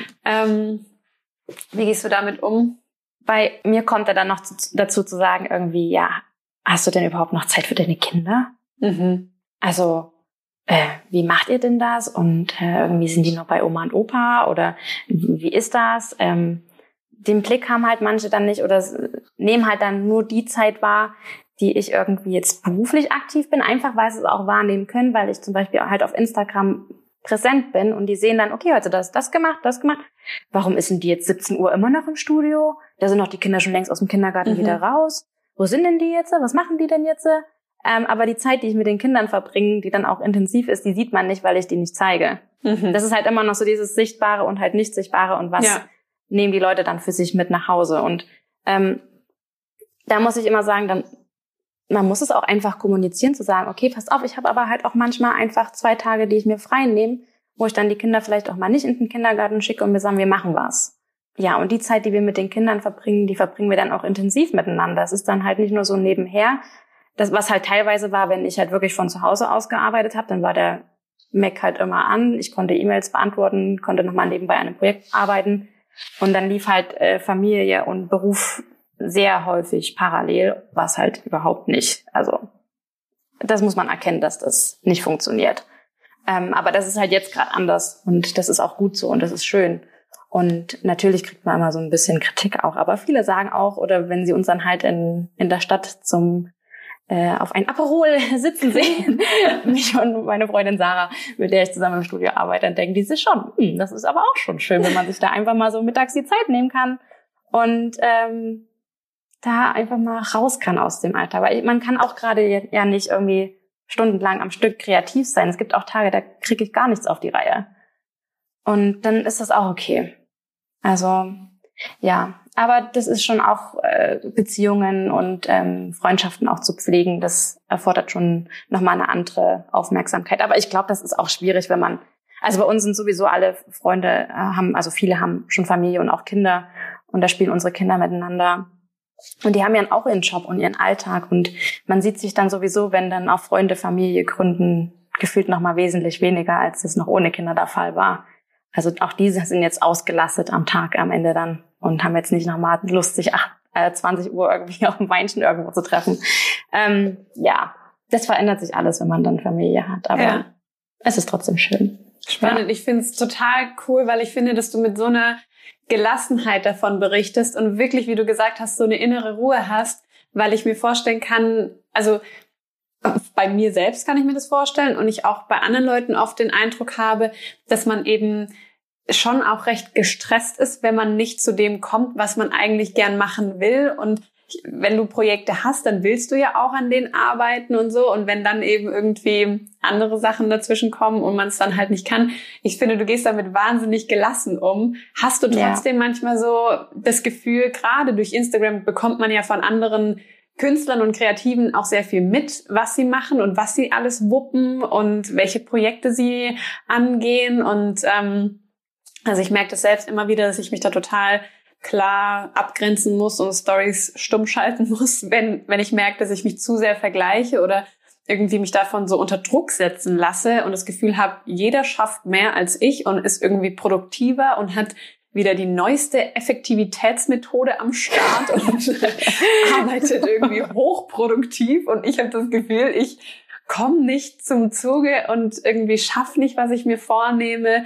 Wie gehst du damit um? Bei mir kommt er dann noch dazu zu sagen irgendwie, ja, hast du denn überhaupt noch Zeit für deine Kinder? Also wie macht ihr denn das? Und irgendwie sind die noch bei Oma und Opa oder wie ist das? Den Blick haben halt manche dann nicht oder nehmen halt dann nur die Zeit wahr, die ich irgendwie jetzt beruflich aktiv bin, einfach weil sie es auch wahrnehmen können, weil ich zum Beispiel halt auf Instagram präsent bin und die sehen dann, okay, heute das gemacht. Warum ist denn die jetzt 17 Uhr immer noch im Studio? Da sind doch die Kinder schon längst aus dem Kindergarten wieder raus. Wo sind denn die jetzt? Was machen die denn jetzt? Aber die Zeit, die ich mit den Kindern verbringe, die dann auch intensiv ist, die sieht man nicht, weil ich die nicht zeige. Das ist halt immer noch so dieses Sichtbare und halt nicht Sichtbare und was nehmen die Leute dann für sich mit nach Hause. Und da muss ich immer sagen, man muss es auch einfach kommunizieren, zu sagen, okay, passt auf, ich habe aber halt auch manchmal einfach 2 Tage, die ich mir frei nehme, wo ich dann die Kinder vielleicht auch mal nicht in den Kindergarten schicke und wir sagen, wir machen was. Ja, und die Zeit, die wir mit den Kindern verbringen, die verbringen wir dann auch intensiv miteinander. Es ist dann halt nicht nur so nebenher. Das, was halt teilweise war, wenn ich halt wirklich von zu Hause aus gearbeitet habe, dann war der Mac halt immer an. Ich konnte E-Mails beantworten, konnte nochmal nebenbei an einem Projekt arbeiten. Und dann lief halt Familie und Beruf sehr häufig parallel, was halt überhaupt nicht. Also das muss man erkennen, dass das nicht funktioniert. Aber das ist halt jetzt gerade anders und das ist auch gut so und das ist schön. Und natürlich kriegt man immer so ein bisschen Kritik auch. Aber viele sagen auch, oder wenn sie uns dann halt in der Stadt zum auf ein Aperol sitzen sehen, mich und meine Freundin Sarah, mit der ich zusammen im Studio arbeite, dann denken die sich schon, das ist aber auch schon schön, wenn man sich da einfach mal so mittags die Zeit nehmen kann und da einfach mal raus kann aus dem Alter. Weil man kann auch gerade ja nicht irgendwie stundenlang am Stück kreativ sein. Es gibt auch Tage, da kriege ich gar nichts auf die Reihe. Und dann ist das auch okay. Also, ja. Aber das ist schon auch Beziehungen und Freundschaften auch zu pflegen. Das erfordert schon nochmal eine andere Aufmerksamkeit. Aber ich glaube, das ist auch schwierig, wenn man, also bei uns sind sowieso alle Freunde, viele haben schon Familie und auch Kinder. Und da spielen unsere Kinder miteinander. Und die haben ja auch ihren Job und ihren Alltag. Und man sieht sich dann sowieso, wenn dann auch Freunde Familie gründen, gefühlt nochmal wesentlich weniger, als es noch ohne Kinder der Fall war. Also auch diese sind jetzt ausgelastet am Tag am Ende dann und haben jetzt nicht nochmal Lust, sich 20 Uhr irgendwie auf dem Weinchen irgendwo zu treffen. Ja, das verändert sich alles, wenn man dann Familie hat. Aber es ist trotzdem schön. Spannend. Ja. Ich finde es total cool, weil ich finde, dass du mit so einer Gelassenheit davon berichtest und wirklich, wie du gesagt hast, so eine innere Ruhe hast, weil ich mir vorstellen kann, also bei mir selbst kann ich mir das vorstellen und ich auch bei anderen Leuten oft den Eindruck habe, dass man eben schon auch recht gestresst ist, wenn man nicht zu dem kommt, was man eigentlich gern machen will. Und wenn du Projekte hast, dann willst du ja auch an denen arbeiten und so. Und wenn dann eben irgendwie andere Sachen dazwischen kommen und man es dann halt nicht kann, ich finde, du gehst damit wahnsinnig gelassen um. Hast du trotzdem manchmal so das Gefühl, gerade durch Instagram bekommt man ja von anderen Künstlern und Kreativen auch sehr viel mit, was sie machen und was sie alles wuppen und welche Projekte sie angehen. Und also ich merke das selbst immer wieder, dass ich mich da total klar abgrenzen muss und Stories stumm schalten muss, wenn ich merke, dass ich mich zu sehr vergleiche oder irgendwie mich davon so unter Druck setzen lasse und das Gefühl habe, jeder schafft mehr als ich und ist irgendwie produktiver und hat wieder die neueste Effektivitätsmethode am Start und arbeitet irgendwie hochproduktiv und ich habe das Gefühl, ich komme nicht zum Zuge und irgendwie schaffe nicht, was ich mir vornehme.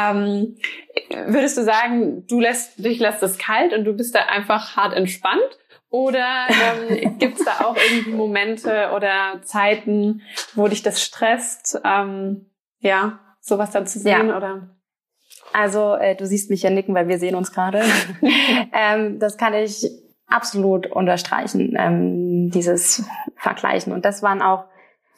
Würdest du sagen, dich lässt es kalt und du bist da einfach hart entspannt? Oder gibt's da auch irgendwie Momente oder Zeiten, wo dich das stresst, sowas dann zu sehen? Oder? Also du siehst mich ja nicken, weil wir sehen uns gerade. Das kann ich absolut unterstreichen, dieses Vergleichen. Und das waren auch,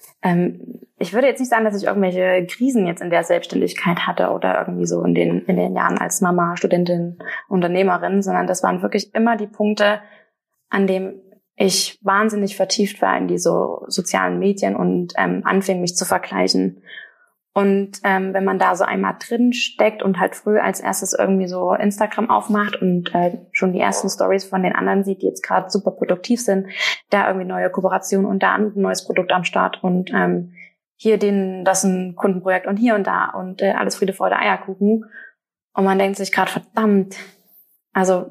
ich würde jetzt nicht sagen, dass ich irgendwelche Krisen jetzt in der Selbstständigkeit hatte oder irgendwie so in den Jahren als Mama, Studentin, Unternehmerin, sondern das waren wirklich immer die Punkte, an dem ich wahnsinnig vertieft war in die so sozialen Medien und anfing mich zu vergleichen. Und wenn man da so einmal drin steckt und halt früh als erstes irgendwie so Instagram aufmacht und schon die ersten Stories von den anderen sieht, die jetzt gerade super produktiv sind, da irgendwie neue Kooperationen und da ein neues Produkt am Start und hier das ein Kundenprojekt und hier und da und alles Friede, Freude, Eierkuchen. Und man denkt sich gerade, verdammt, also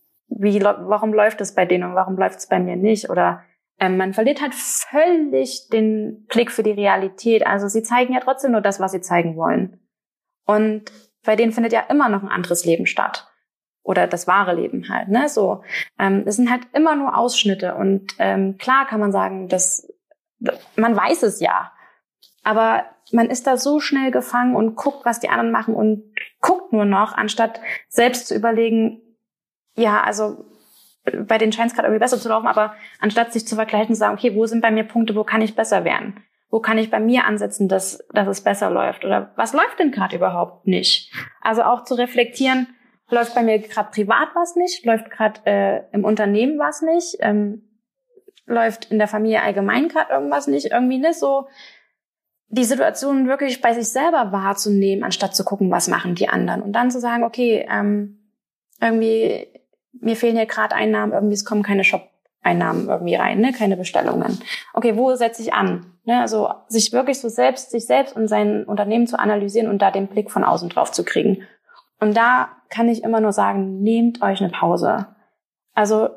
warum läuft es bei denen und warum läuft es bei mir nicht? Oder man verliert halt völlig den Blick für die Realität. Also sie zeigen ja trotzdem nur das, was sie zeigen wollen. Und bei denen findet ja immer noch ein anderes Leben statt. Oder das wahre Leben halt, ne? So, es sind halt immer nur Ausschnitte. Und klar kann man sagen, man weiß es ja. Aber man ist da so schnell gefangen und guckt, was die anderen machen und guckt nur noch, anstatt selbst zu überlegen, ja, also bei denen scheint es gerade irgendwie besser zu laufen, aber anstatt sich zu vergleichen, zu sagen, okay, wo sind bei mir Punkte, wo kann ich besser werden? Wo kann ich bei mir ansetzen, dass es besser läuft? Oder was läuft denn gerade überhaupt nicht? Also auch zu reflektieren, läuft bei mir gerade privat was nicht? Läuft gerade im Unternehmen was nicht? Läuft in der Familie allgemein gerade irgendwas nicht? Irgendwie nicht so die Situation wirklich bei sich selber wahrzunehmen, anstatt zu gucken, was machen die anderen. Und dann zu sagen, okay, irgendwie mir fehlen hier gerade Einnahmen, irgendwie es kommen keine Shop-Einnahmen irgendwie rein, ne, keine Bestellungen. Okay, wo setze ich an? Ne, also sich wirklich so sich selbst und sein Unternehmen zu analysieren und da den Blick von außen drauf zu kriegen. Und da kann ich immer nur sagen, nehmt euch eine Pause. Also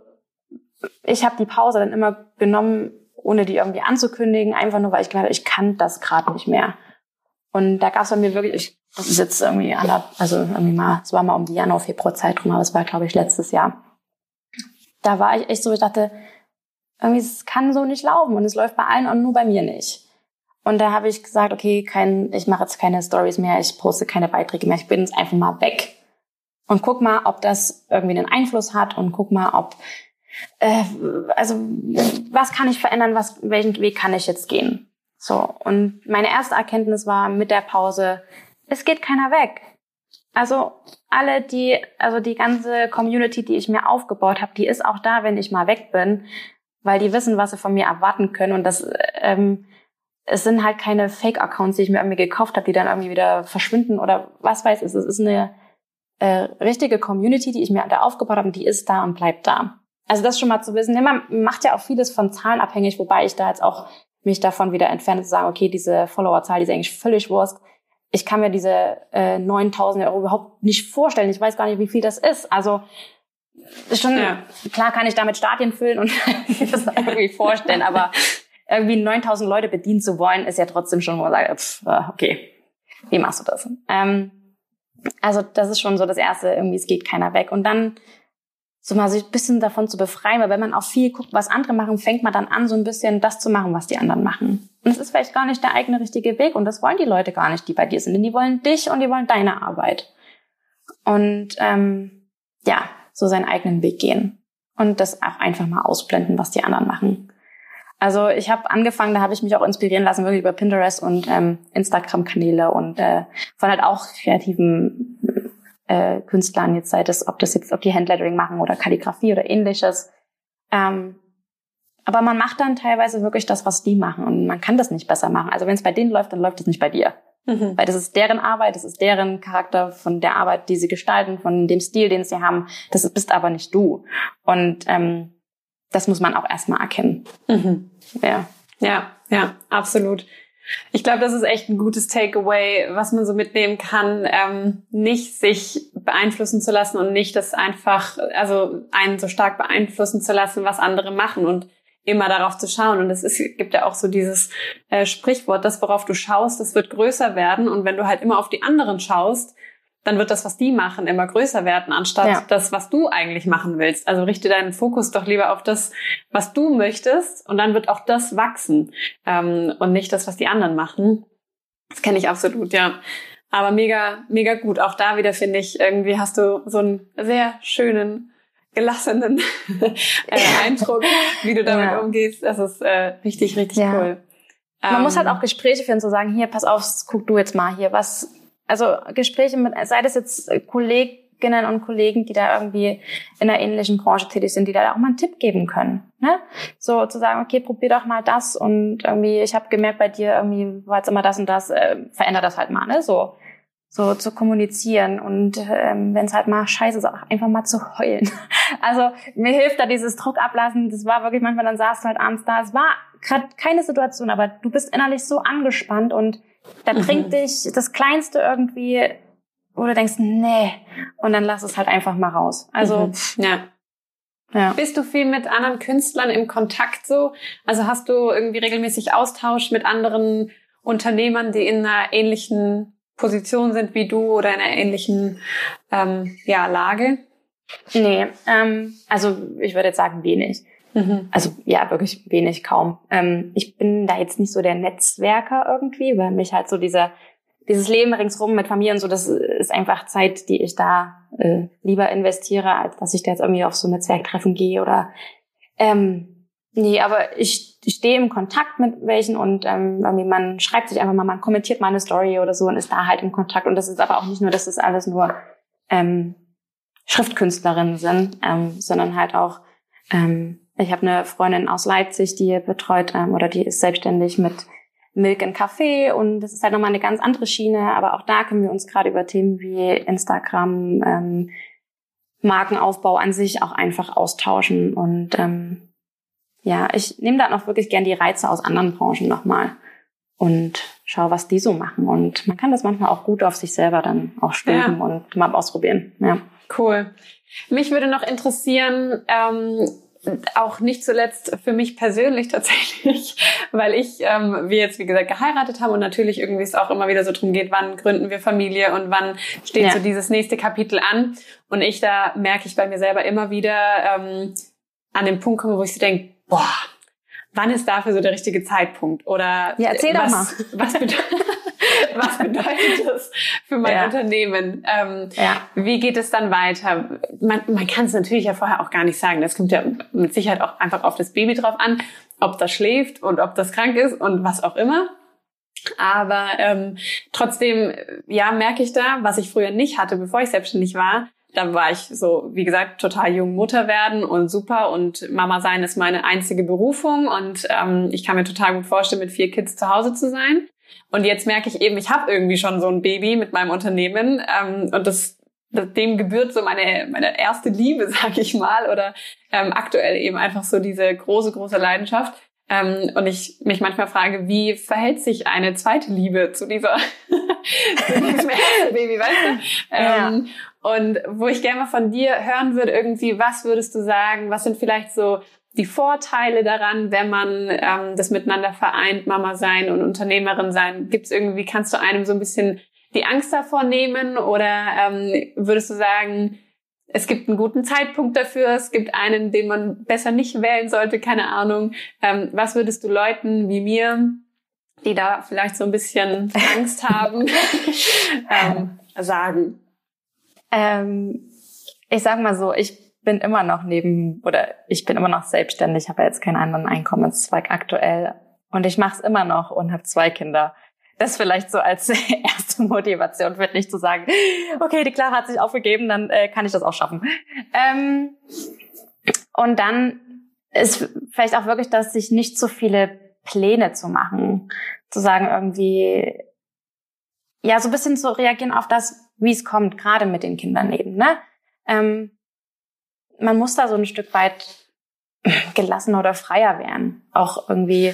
ich habe die Pause dann immer genommen, ohne die irgendwie anzukündigen, einfach nur, weil ich gedacht habe, ich kann das gerade nicht mehr. Und da gab es bei mir wirklich, das ist jetzt irgendwie es war mal um die Januar, Februar Zeit rum, aber es war, glaube ich, letztes Jahr. Da war ich echt so, ich dachte, irgendwie, es kann so nicht laufen und es läuft bei allen und nur bei mir nicht. Und da habe ich gesagt, okay, ich mache jetzt keine Stories mehr, ich poste keine Beiträge mehr, ich bin jetzt einfach mal weg. Und guck mal, ob das irgendwie einen Einfluss hat und guck mal, ob was kann ich verändern, welchen Weg kann ich jetzt gehen? So, und meine erste Erkenntnis war mit der Pause, es geht keiner weg. Also die ganze Community, die ich mir aufgebaut habe, die ist auch da, wenn ich mal weg bin, weil die wissen, was sie von mir erwarten können. Und das es sind halt keine Fake-Accounts, die ich mir irgendwie gekauft habe, die dann irgendwie wieder verschwinden oder was weiß ich. Es ist eine richtige Community, die ich mir da aufgebaut habe, und die ist da und bleibt da. Also das schon mal zu wissen. Man macht ja auch vieles von Zahlen abhängig, wobei ich da jetzt auch mich davon wieder entferne, zu sagen, okay, diese Followerzahl, die ist eigentlich völlig Wurst. Ich kann mir diese 9.000 Euro überhaupt nicht vorstellen. Ich weiß gar nicht, wie viel das ist. Also schon klar kann ich damit Stadien füllen und das irgendwie vorstellen, aber irgendwie 9.000 Leute bedienen zu wollen, ist ja trotzdem schon, wo man sagt, okay, wie machst du das? Also das ist schon so das Erste, irgendwie es geht keiner weg. Und dann so mal sich ein bisschen davon zu befreien, weil wenn man auch viel guckt, was andere machen, fängt man dann an, so ein bisschen das zu machen, was die anderen machen. Und es ist vielleicht gar nicht der eigene richtige Weg, und das wollen die Leute gar nicht, die bei dir sind, denn die wollen dich und die wollen deine Arbeit. Und so seinen eigenen Weg gehen und das auch einfach mal ausblenden, was die anderen machen. Also ich habe angefangen, da habe ich mich auch inspirieren lassen, wirklich über Pinterest und Instagram-Kanäle und von halt auch kreativen Künstlern, jetzt sei das, ob die Handlettering machen oder Kalligrafie oder ähnliches. Aber man macht dann teilweise wirklich das, was die machen, und man kann das nicht besser machen. Also wenn es bei denen läuft, dann läuft es nicht bei dir. Mhm. Weil das ist deren Arbeit, das ist deren Charakter von der Arbeit, die sie gestalten, von dem Stil, den sie haben. Das bist aber nicht du. Und das muss man auch erstmal erkennen. Mhm. Ja, absolut. Ich glaube, das ist echt ein gutes Takeaway, was man so mitnehmen kann, nicht sich beeinflussen zu lassen und nicht das einfach, also einen so stark beeinflussen zu lassen, was andere machen, und immer darauf zu schauen. Und gibt ja auch so dieses Sprichwort, das, worauf du schaust, das wird größer werden. Und wenn du halt immer auf die anderen schaust, dann wird das, was die machen, immer größer werden, anstatt das, was du eigentlich machen willst. Also richte deinen Fokus doch lieber auf das, was du möchtest, und dann wird auch das wachsen, und nicht das, was die anderen machen. Das kenne ich absolut, ja. Aber mega, mega gut. Auch da wieder, finde ich, irgendwie hast du so einen sehr schönen, gelassenen Eindruck, wie du damit umgehst. Das ist richtig, richtig cool. Man muss halt auch Gespräche führen, zu sagen, hier, pass auf, guck du jetzt mal hier, also Gespräche mit, sei das jetzt Kolleginnen und Kollegen, die da irgendwie in einer ähnlichen Branche tätig sind, die da auch mal einen Tipp geben können, ne? So zu sagen, okay, probier doch mal das, und irgendwie, ich habe gemerkt, bei dir irgendwie war jetzt immer das und das, veränder das halt mal, ne? So zu kommunizieren, und wenn es halt mal scheiße ist, auch einfach mal zu heulen. Also mir hilft da dieses Druck ablassen. Das war wirklich manchmal, dann saß du halt abends da. Es war gerade keine Situation, aber du bist innerlich so angespannt, und da bringt dich das Kleinste irgendwie, wo du denkst, nee, und dann lass es halt einfach mal raus. Also, ja. Bist du viel mit anderen Künstlern im Kontakt so? Also hast du irgendwie regelmäßig Austausch mit anderen Unternehmern, die in einer ähnlichen Position sind wie du oder in einer ähnlichen Lage? Nee, also ich würde jetzt sagen wenig. Also ja, wirklich wenig, kaum. Ich bin da jetzt nicht so der Netzwerker irgendwie, weil mich halt so dieses Leben ringsrum mit Familie und so, das ist einfach Zeit, die ich da lieber investiere, als dass ich da jetzt irgendwie auf so Netzwerktreffen gehe oder nee, aber ich stehe im Kontakt mit welchen, und irgendwie man schreibt sich einfach mal, man kommentiert mal eine Story oder so und ist da halt im Kontakt. Und das ist aber auch nicht nur, dass das alles nur Schriftkünstlerinnen sind, sondern halt auch ich habe eine Freundin aus Leipzig, die betreut oder die ist selbstständig mit Milk and Café, und das ist halt nochmal eine ganz andere Schiene, aber auch da können wir uns gerade über Themen wie Instagram, Markenaufbau an sich auch einfach austauschen, und ich nehme da noch wirklich gern die Reize aus anderen Branchen nochmal und schaue, was die so machen, und man kann das manchmal auch gut auf sich selber dann auch stülpen und mal ausprobieren. Ja. Cool. Mich würde noch interessieren, auch nicht zuletzt für mich persönlich tatsächlich, weil wir jetzt, wie gesagt, geheiratet haben und natürlich irgendwie es auch immer wieder so drum geht, wann gründen wir Familie und wann steht so dieses nächste Kapitel an. Und da merke ich bei mir selber immer wieder an den Punkt komme, wo ich so denke, wann ist dafür so der richtige Zeitpunkt? Oder erzähl doch mal. Was bedeutet das für mein Unternehmen? Wie geht es dann weiter? Man kann es natürlich ja vorher auch gar nicht sagen. Das kommt ja mit Sicherheit auch einfach auf das Baby drauf an, ob das schläft und ob das krank ist und was auch immer. Aber trotzdem, ja, merke ich da, was ich früher nicht hatte, bevor ich selbstständig war. Da war ich so, wie gesagt, total jung Mutter werden und super und Mama sein ist meine einzige Berufung und ich kann mir total gut vorstellen, mit 4 Kids zu Hause zu sein. Und jetzt merke ich eben, ich habe irgendwie schon so ein Baby mit meinem Unternehmen und dem gebührt so meine erste Liebe, sag ich mal, oder aktuell eben einfach so diese große Leidenschaft. Und ich mich manchmal frage, wie verhält sich eine zweite Liebe zu diesem ersten Baby, weißt du? Und wo ich gerne mal von dir hören würde, irgendwie, was würdest du sagen, was sind vielleicht so die Vorteile daran, wenn man das miteinander vereint, Mama sein und Unternehmerin sein? Gibt's irgendwie, kannst du einem so ein bisschen die Angst davor nehmen oder würdest du sagen, es gibt einen guten Zeitpunkt dafür, es gibt einen, den man besser nicht wählen sollte, keine Ahnung. Was würdest du Leuten wie mir, die da vielleicht so ein bisschen Angst haben, sagen? Ich sag mal so, ich bin immer noch selbstständig, habe ja jetzt keinen anderen Einkommenszweig aktuell und ich mache es immer noch und habe 2 Kinder. Das vielleicht so als erste Motivation, wird nicht zu sagen, okay, die Clara hat sich aufgegeben, dann kann ich das auch schaffen. Und dann ist vielleicht auch wirklich, dass sich nicht so viele Pläne zu machen, zu sagen irgendwie, ja, so ein bisschen zu reagieren auf das, wie es kommt, gerade mit den Kindern eben, ne? Man muss da so ein Stück weit gelassener oder freier werden. Auch irgendwie,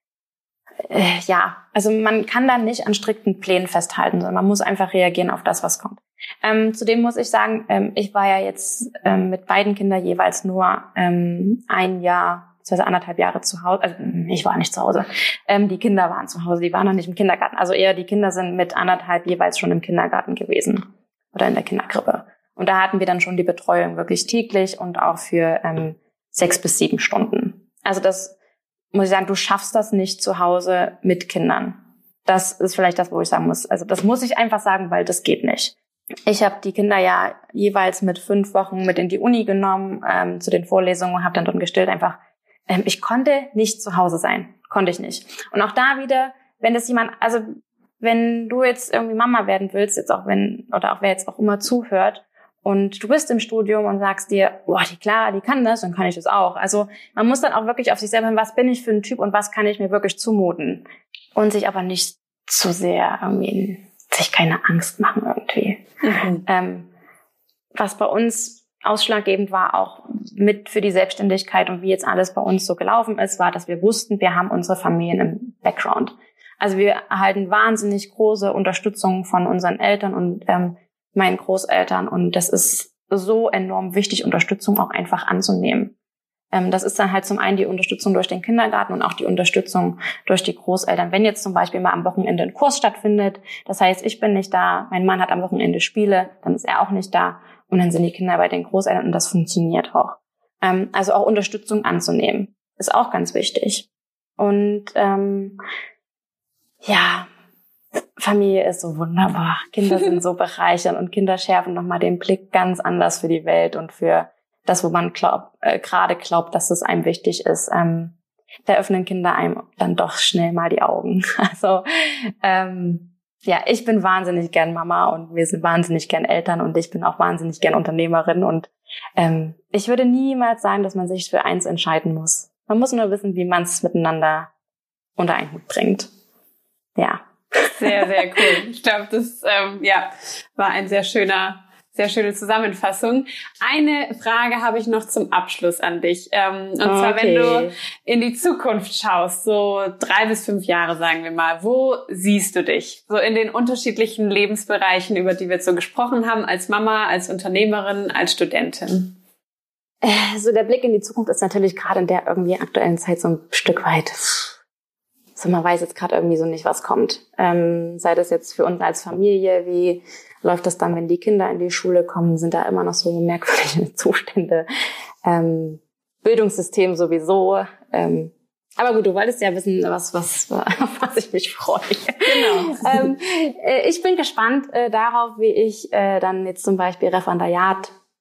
also man kann da nicht an strikten Plänen festhalten, sondern man muss einfach reagieren auf das, was kommt. Zudem muss ich sagen, ich war ja jetzt mit beiden Kindern jeweils nur 1 Jahr, also 1,5 Jahre zu Hause. Also ich war nicht zu Hause. Die Kinder waren zu Hause, die waren noch nicht im Kindergarten. Also eher die Kinder sind mit 1,5 jeweils schon im Kindergarten gewesen oder in der Kinderkrippe. Und da hatten wir dann schon die Betreuung wirklich täglich und auch für 6 bis 7 Stunden. Also das muss ich sagen, du schaffst das nicht zu Hause mit Kindern. Das ist vielleicht das, wo ich sagen muss. Also das muss ich einfach sagen, weil das geht nicht. Ich habe die Kinder ja jeweils mit 5 Wochen mit in die Uni genommen, zu den Vorlesungen und habe dann dort gestillt. Einfach, ich konnte nicht zu Hause sein. Konnte ich nicht. Und auch da wieder, wenn das jemand, also wenn du jetzt irgendwie Mama werden willst, jetzt auch wenn, oder auch wer jetzt auch immer zuhört, und du bist im Studium und sagst dir, boah, die Clara, die kann das, dann kann ich das auch. Also man muss dann auch wirklich auf sich selber hören, was bin ich für ein Typ und was kann ich mir wirklich zumuten. Und sich aber nicht zu sehr irgendwie, sich keine Angst machen irgendwie. Mhm. Was bei uns ausschlaggebend war, auch mit für die Selbstständigkeit und wie jetzt alles bei uns so gelaufen ist, war, dass wir wussten, wir haben unsere Familien im Background. Also wir erhalten wahnsinnig große Unterstützung von unseren Eltern und meinen Großeltern und das ist so enorm wichtig, Unterstützung auch einfach anzunehmen. Das ist dann halt zum einen die Unterstützung durch den Kindergarten und auch die Unterstützung durch die Großeltern. Wenn jetzt zum Beispiel mal am Wochenende ein Kurs stattfindet, das heißt, ich bin nicht da, mein Mann hat am Wochenende Spiele, dann ist er auch nicht da und dann sind die Kinder bei den Großeltern und das funktioniert auch. Also auch Unterstützung anzunehmen, ist auch ganz wichtig. Und Familie ist so wunderbar. Kinder sind so bereichernd und Kinder schärfen nochmal den Blick ganz anders für die Welt und für das, wo man gerade glaubt, dass es einem wichtig ist. Da öffnen Kinder einem dann doch schnell mal die Augen. Also ich bin wahnsinnig gern Mama und wir sind wahnsinnig gern Eltern und ich bin auch wahnsinnig gern Unternehmerin und ich würde niemals sagen, dass man sich für eins entscheiden muss. Man muss nur wissen, wie man es miteinander unter einen Hut bringt. Ja. Sehr, sehr cool. Ich glaube, das war ein sehr schöne Zusammenfassung. Eine Frage habe ich noch zum Abschluss an dich. Und zwar, wenn du in die Zukunft schaust, so 3 bis 5 Jahre, sagen wir mal, wo siehst du dich? So in den unterschiedlichen Lebensbereichen, über die wir jetzt so gesprochen haben, als Mama, als Unternehmerin, als Studentin. So der Blick in die Zukunft ist natürlich gerade in der irgendwie aktuellen Zeit so ein Stück weit... So, man weiß jetzt gerade irgendwie so nicht, was kommt. Sei das jetzt für uns als Familie, wie läuft das dann, wenn die Kinder in die Schule kommen, sind da immer noch so merkwürdige Zustände. Bildungssystem sowieso. Aber gut, du wolltest ja wissen, was ich mich freue. Genau. Ich bin gespannt darauf, wie ich dann jetzt zum Beispiel Referendariat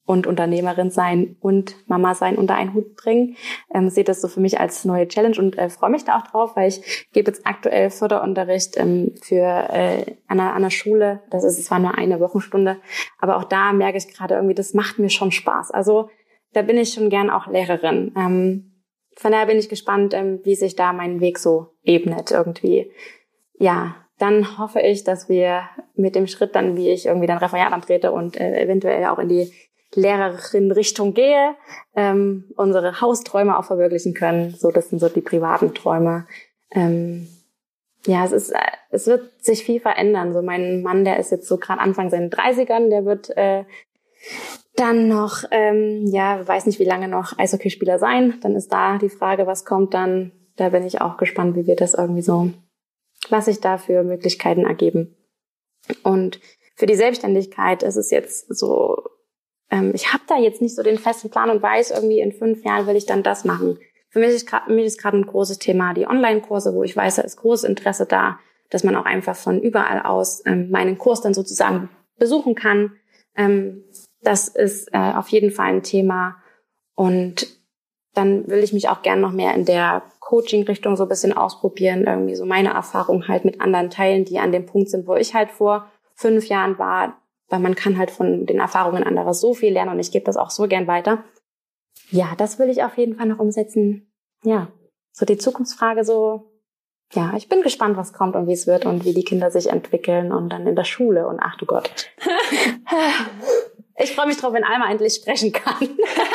und Unternehmerin sein und Mama sein unter einen Hut bringen. Sehe das so für mich als neue Challenge und freue mich da auch drauf, weil ich gebe jetzt aktuell Förderunterricht für an einer Schule. Es war nur eine Wochenstunde, aber auch da merke ich gerade irgendwie, das macht mir schon Spaß. Also da bin ich schon gern auch Lehrerin. Von daher bin ich gespannt, wie sich da mein Weg so ebnet irgendwie. Ja, dann hoffe ich, dass wir mit dem Schritt dann, wie ich irgendwie dann Referat antrete und eventuell auch in die Lehrerin-Richtung gehe, unsere Hausträume auch verwirklichen können. So, das sind so die privaten Träume. Ja, es wird sich viel verändern. So mein Mann, der ist jetzt so gerade Anfang seinen 30ern, der wird dann noch, weiß nicht wie lange noch Eishockeyspieler sein. Dann ist da die Frage, was kommt dann. Da bin ich auch gespannt, wie wir das irgendwie so, was sich da für Möglichkeiten ergeben. Und für die Selbstständigkeit ist es jetzt so, ich habe da jetzt nicht so den festen Plan und weiß irgendwie, in 5 Jahren will ich dann das machen. Für mich ist gerade ein großes Thema die Online-Kurse, wo ich weiß, da ist großes Interesse da, dass man auch einfach von überall aus meinen Kurs dann sozusagen besuchen kann. Das ist auf jeden Fall ein Thema. Und dann will ich mich auch gern noch mehr in der Coaching-Richtung so ein bisschen ausprobieren, irgendwie so meine Erfahrungen halt mit anderen teilen, die an dem Punkt sind, wo ich halt vor 5 Jahren war, weil man kann halt von den Erfahrungen anderer so viel lernen und ich gebe das auch so gern weiter. Ja, das will ich auf jeden Fall noch umsetzen. Ja, so die Zukunftsfrage so, ja, ich bin gespannt, was kommt und wie es wird und wie die Kinder sich entwickeln und dann in der Schule und ach du Gott. Ich freue mich drauf, wenn Alma endlich sprechen kann.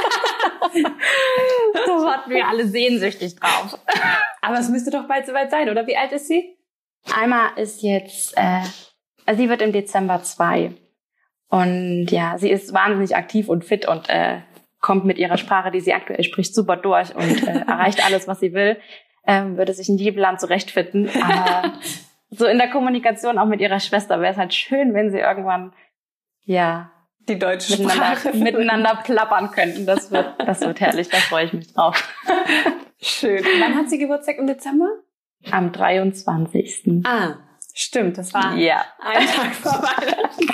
So warten wir alle sehnsüchtig drauf. Aber es müsste doch bald soweit sein, oder? Wie alt ist sie? Alma ist jetzt, sie wird im Dezember 2. Und ja, sie ist wahnsinnig aktiv und fit und kommt mit ihrer Sprache, die sie aktuell spricht, super durch und erreicht alles, was sie will. Würde sich in jedem Land zurechtfinden. Aber so in der Kommunikation auch mit ihrer Schwester wäre es halt schön, wenn sie irgendwann, ja, die deutsche Sprache miteinander plappern könnten. Das wird herrlich, da freue ich mich drauf. Schön. Wann hat sie Geburtstag im Dezember? Am 23. Ah, stimmt, das war ein Tag vor Weihnachten.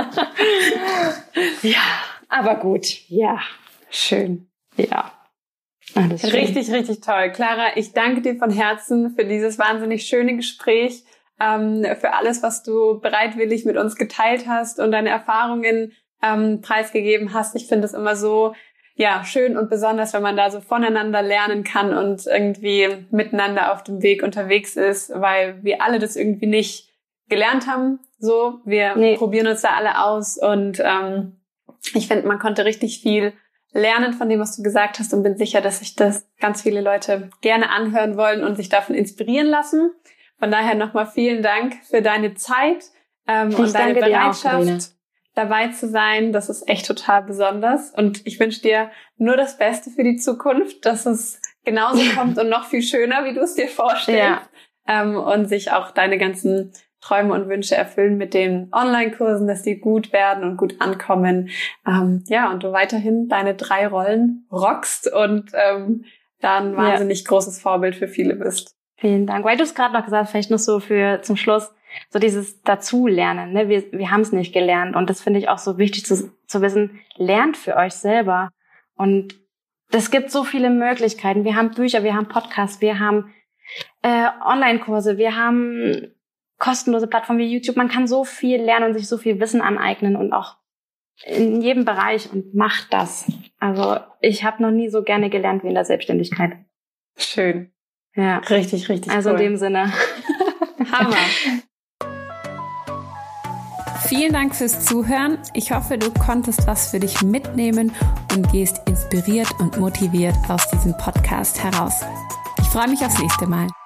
Ja, aber gut. Ja, schön. Ja. Richtig, richtig toll. Clara, ich danke dir von Herzen für dieses wahnsinnig schöne Gespräch, für alles, was du bereitwillig mit uns geteilt hast und deine Erfahrungen preisgegeben hast. Ich finde es immer so schön und besonders, wenn man da so voneinander lernen kann und irgendwie miteinander auf dem Weg unterwegs ist, weil wir alle das irgendwie nicht gelernt haben. So, wir probieren uns da alle aus und ich finde, man konnte richtig viel lernen von dem, was du gesagt hast und bin sicher, dass sich das ganz viele Leute gerne anhören wollen und sich davon inspirieren lassen. Von daher nochmal vielen Dank für deine Zeit und deine Bereitschaft, dabei zu sein. Das ist echt total besonders und ich wünsche dir nur das Beste für die Zukunft, dass es genauso kommt und noch viel schöner, wie du es dir vorstellst und sich auch deine ganzen Träume und Wünsche erfüllen mit den Online-Kursen, dass die gut werden und gut ankommen. Und du weiterhin deine 3 Rollen rockst und da ein wahnsinnig großes Vorbild für viele bist. Vielen Dank. Weil du es gerade noch gesagt hast, vielleicht noch so für zum Schluss, so dieses Dazulernen. Ne? Wir haben es nicht gelernt und das finde ich auch so wichtig zu wissen, lernt für euch selber. Und es gibt so viele Möglichkeiten. Wir haben Bücher, wir haben Podcasts, wir haben Online-Kurse, wir haben kostenlose Plattformen wie YouTube. Man kann so viel lernen und sich so viel Wissen aneignen und auch in jedem Bereich und macht das. Also ich habe noch nie so gerne gelernt wie in der Selbstständigkeit. Schön. Ja. Richtig, richtig also cool. In dem Sinne. Hammer. Vielen Dank fürs Zuhören. Ich hoffe, du konntest was für dich mitnehmen und gehst inspiriert und motiviert aus diesem Podcast heraus. Ich freue mich aufs nächste Mal.